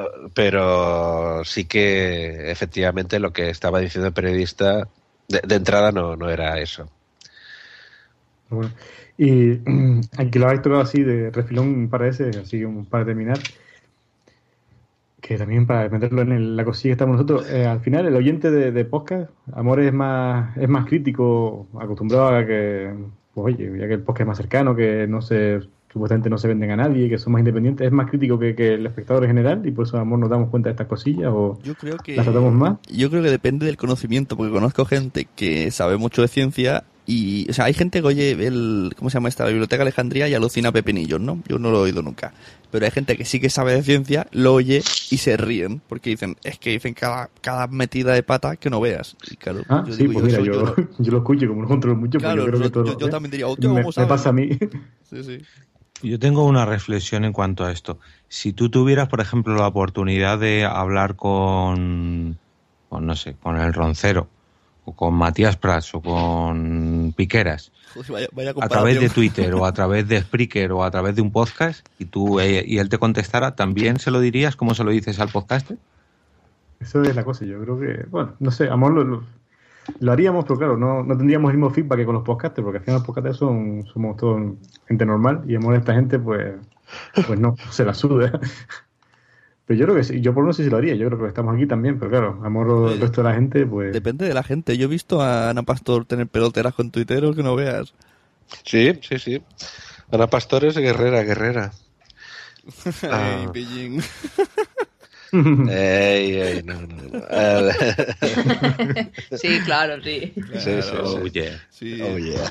pero sí que efectivamente lo que estaba diciendo el periodista de entrada no era eso. Bueno, y aunque lo habéis tocado así de refilón un par de veces, así para terminar, que también para meterlo en la cosilla que estamos nosotros, al final el oyente de podcast, Amor es más crítico, acostumbrado a que, pues oye, ya que el podcast es más cercano, que supuestamente no se venden a nadie, que son más independientes, es más crítico que el espectador en general, y por eso Amor nos damos cuenta de estas cosillas o las tratamos más. Yo creo que depende del conocimiento, porque conozco gente que sabe mucho de ciencia y, o sea, hay gente que oye ¿cómo se llama esta? La Biblioteca Alejandría y alucina pepinillos, ¿no? Yo no lo he oído nunca. Pero hay gente que sí que sabe de ciencia, lo oye y se ríen, porque dicen cada metida de pata que no veas. Y claro, yo digo, pues mira, yo lo escucho, como no controlo mucho, claro, yo creo que todo yo también diría, me pasa a mí. Sí. Yo tengo una reflexión en cuanto a esto. Si tú tuvieras, por ejemplo, la oportunidad de hablar con el Roncero, o con Matías Prats, o con Piqueras, vaya a través de Twitter, o a través de Spreaker, o a través de un podcast, y él te contestara, ¿también se lo dirías como se lo dices al podcaster? Eso es la cosa, yo creo que, bueno, no sé, Amor lo haríamos, pero claro, no tendríamos el mismo feedback que con los podcasters, porque al final los podcasters somos todos gente normal, y Amor, esta gente, pues no, se la suda. Pero yo creo que sí, yo por no sé si lo haría, yo creo que estamos aquí también, pero claro, Amor, el resto de la gente, pues... Depende de la gente, yo he visto a Ana Pastor tener peloteras con tuiteros que no veas. Sí. Ana Pastor es guerrera. Ay, pillín. Ey, no. Sí, claro, sí. Sí. Oh, yeah. Sí. Oh, yeah.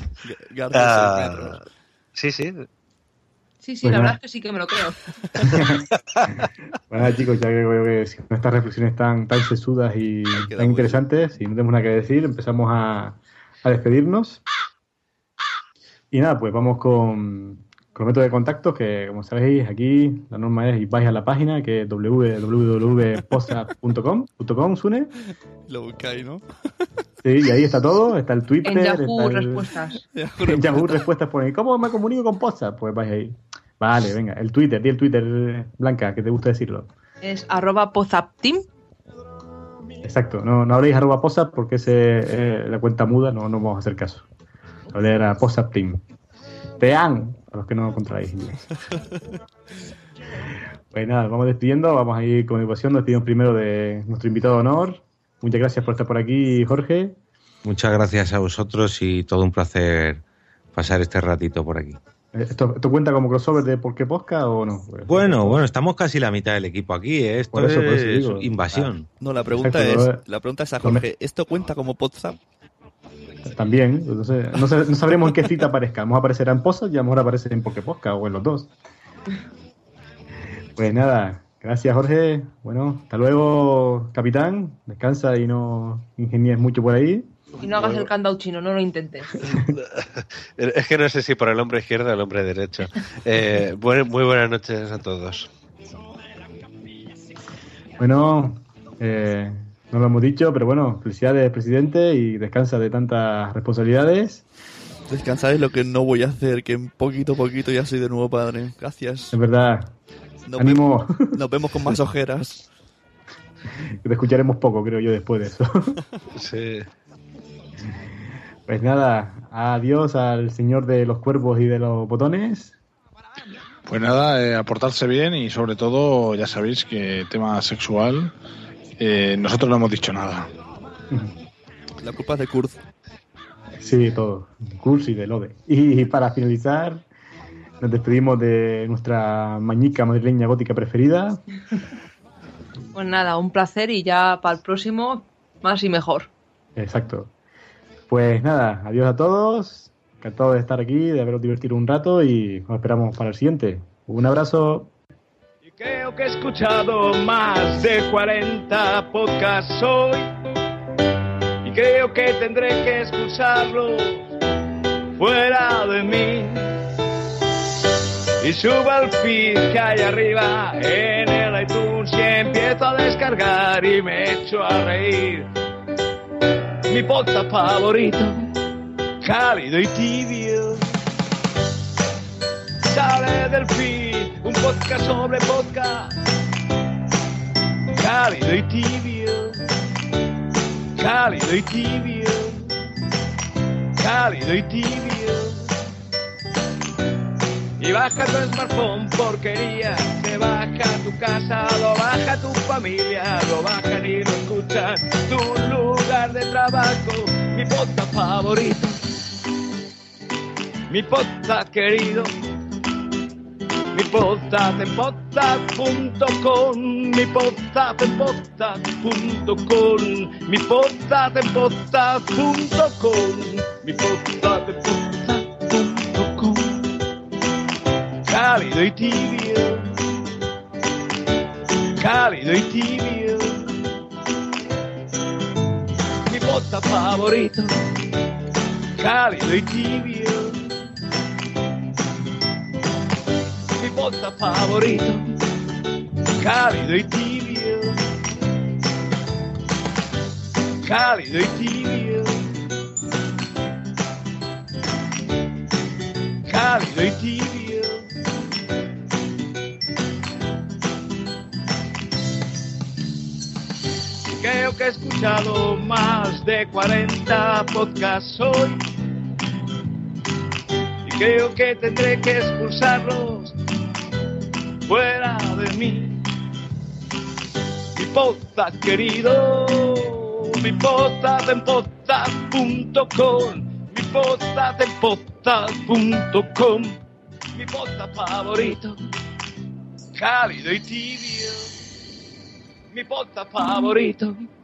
Sí. Sí, Pues la verdad es que sí que me lo creo. Bueno, chicos, ya que creo que con estas reflexiones tan sesudas y tan interesantes, y no tenemos nada que decir, empezamos a despedirnos. Y nada, pues vamos con el método de contacto, que como sabéis, aquí la norma es vais a la página, que es www.podsap.com, Sune. Lo buscáis, ¿no? Sí, y ahí está todo, está el Twitter, en Yahoo está Respuestas. En Yahoo Respuestas ponéis, ¿cómo me comunico con Podsap? Pues vais ahí. Vale, venga, el Twitter, di el Twitter, Blanca, que te gusta decirlo. Es @podzapteam. Exacto, no habléis @Podsap porque es la cuenta muda, no vamos a hacer caso. Hablar a Podsapteam. Tean, a los que no controláis inglés. Pues nada, vamos despidiendo, vamos a ir con educación, nos despedimos primero de nuestro invitado de honor. Muchas gracias por estar por aquí, Jorge. Muchas gracias a vosotros y todo un placer pasar este ratito por aquí. ¿Esto cuenta como crossover de ¿Por qué Podcast o no? Bueno, estamos casi la mitad del equipo aquí, ¿eh? Esto por eso es digo. invasión. No, la pregunta es a Jorge, ¿esto cuenta como Podsap? También, entonces no sabremos en qué cita aparezca. Vamos a aparecer en Podsap y a lo mejor aparecer en ¿Por qué Podcast o en los dos. Pues nada, gracias Jorge. Bueno, hasta luego, capitán. Descansa y no ingenies mucho por ahí. Y no hagas el candado chino, no lo intentes. Es que no sé si por el hombre izquierdo o el hombre derecho. Muy buenas noches a todos. Bueno, no lo hemos dicho, pero bueno, felicidades, presidente, y descansa de tantas responsabilidades. Descansa de lo que no voy a hacer, que en poquito a poquito ya soy de nuevo padre. Gracias. Es verdad. ¡Ánimo! Nos vemos con más ojeras. Te escucharemos poco, creo yo, después de eso. Sí. Pues nada, adiós al señor de los cuervos y de los botones. Pues nada, aportarse bien y sobre todo, ya sabéis que tema sexual, nosotros no hemos dicho nada. La culpa es de Kurt. Sí, todo. Kurt y de Lode. Y para finalizar, nos despedimos de nuestra mañica madrileña gótica preferida. Pues nada, un placer y ya para el próximo, más y mejor. Exacto. Pues nada, adiós a todos. Encantado de estar aquí, de haberos divertido un rato y nos esperamos para el siguiente. Un abrazo. Creo que he escuchado más de 40 podcasts hoy y creo que tendré que expulsarlos fuera de mí. Y subo al feed que hay arriba en el iTunes y empiezo a descargar y me echo a reír. Mi podcast favorito, cálido y tibio, sale del feed, un podcast sobre podcast, cálido y tibio, cálido y tibio, cálido y tibio. Y baja tu smartphone, porquería, te baja baja tu casa, lo baja tu familia, lo bajan y lo escuchan. Tu lugar de trabajo, mi podcast favorito, mi podcast querido. Mi podcast en podcast.com, mi podcast en podcast.com, mi podcast en podcast.com, mi podcast en podcast.com. Cálido y tibio, cálido y tibio, mi podcast favorito, cálido y tibio. Mi podcast favorito, cálido y tibio, cálido y tibio, cálido y tibio. Creo que he escuchado más de 40 podcasts hoy y creo que tendré que expulsarlos fuera de mí. Mi podcast querido, mi podcast en podcast.com, mi podcast en podcast.com, mi podcast favorito, cálido y tibio, mi podcast favorito,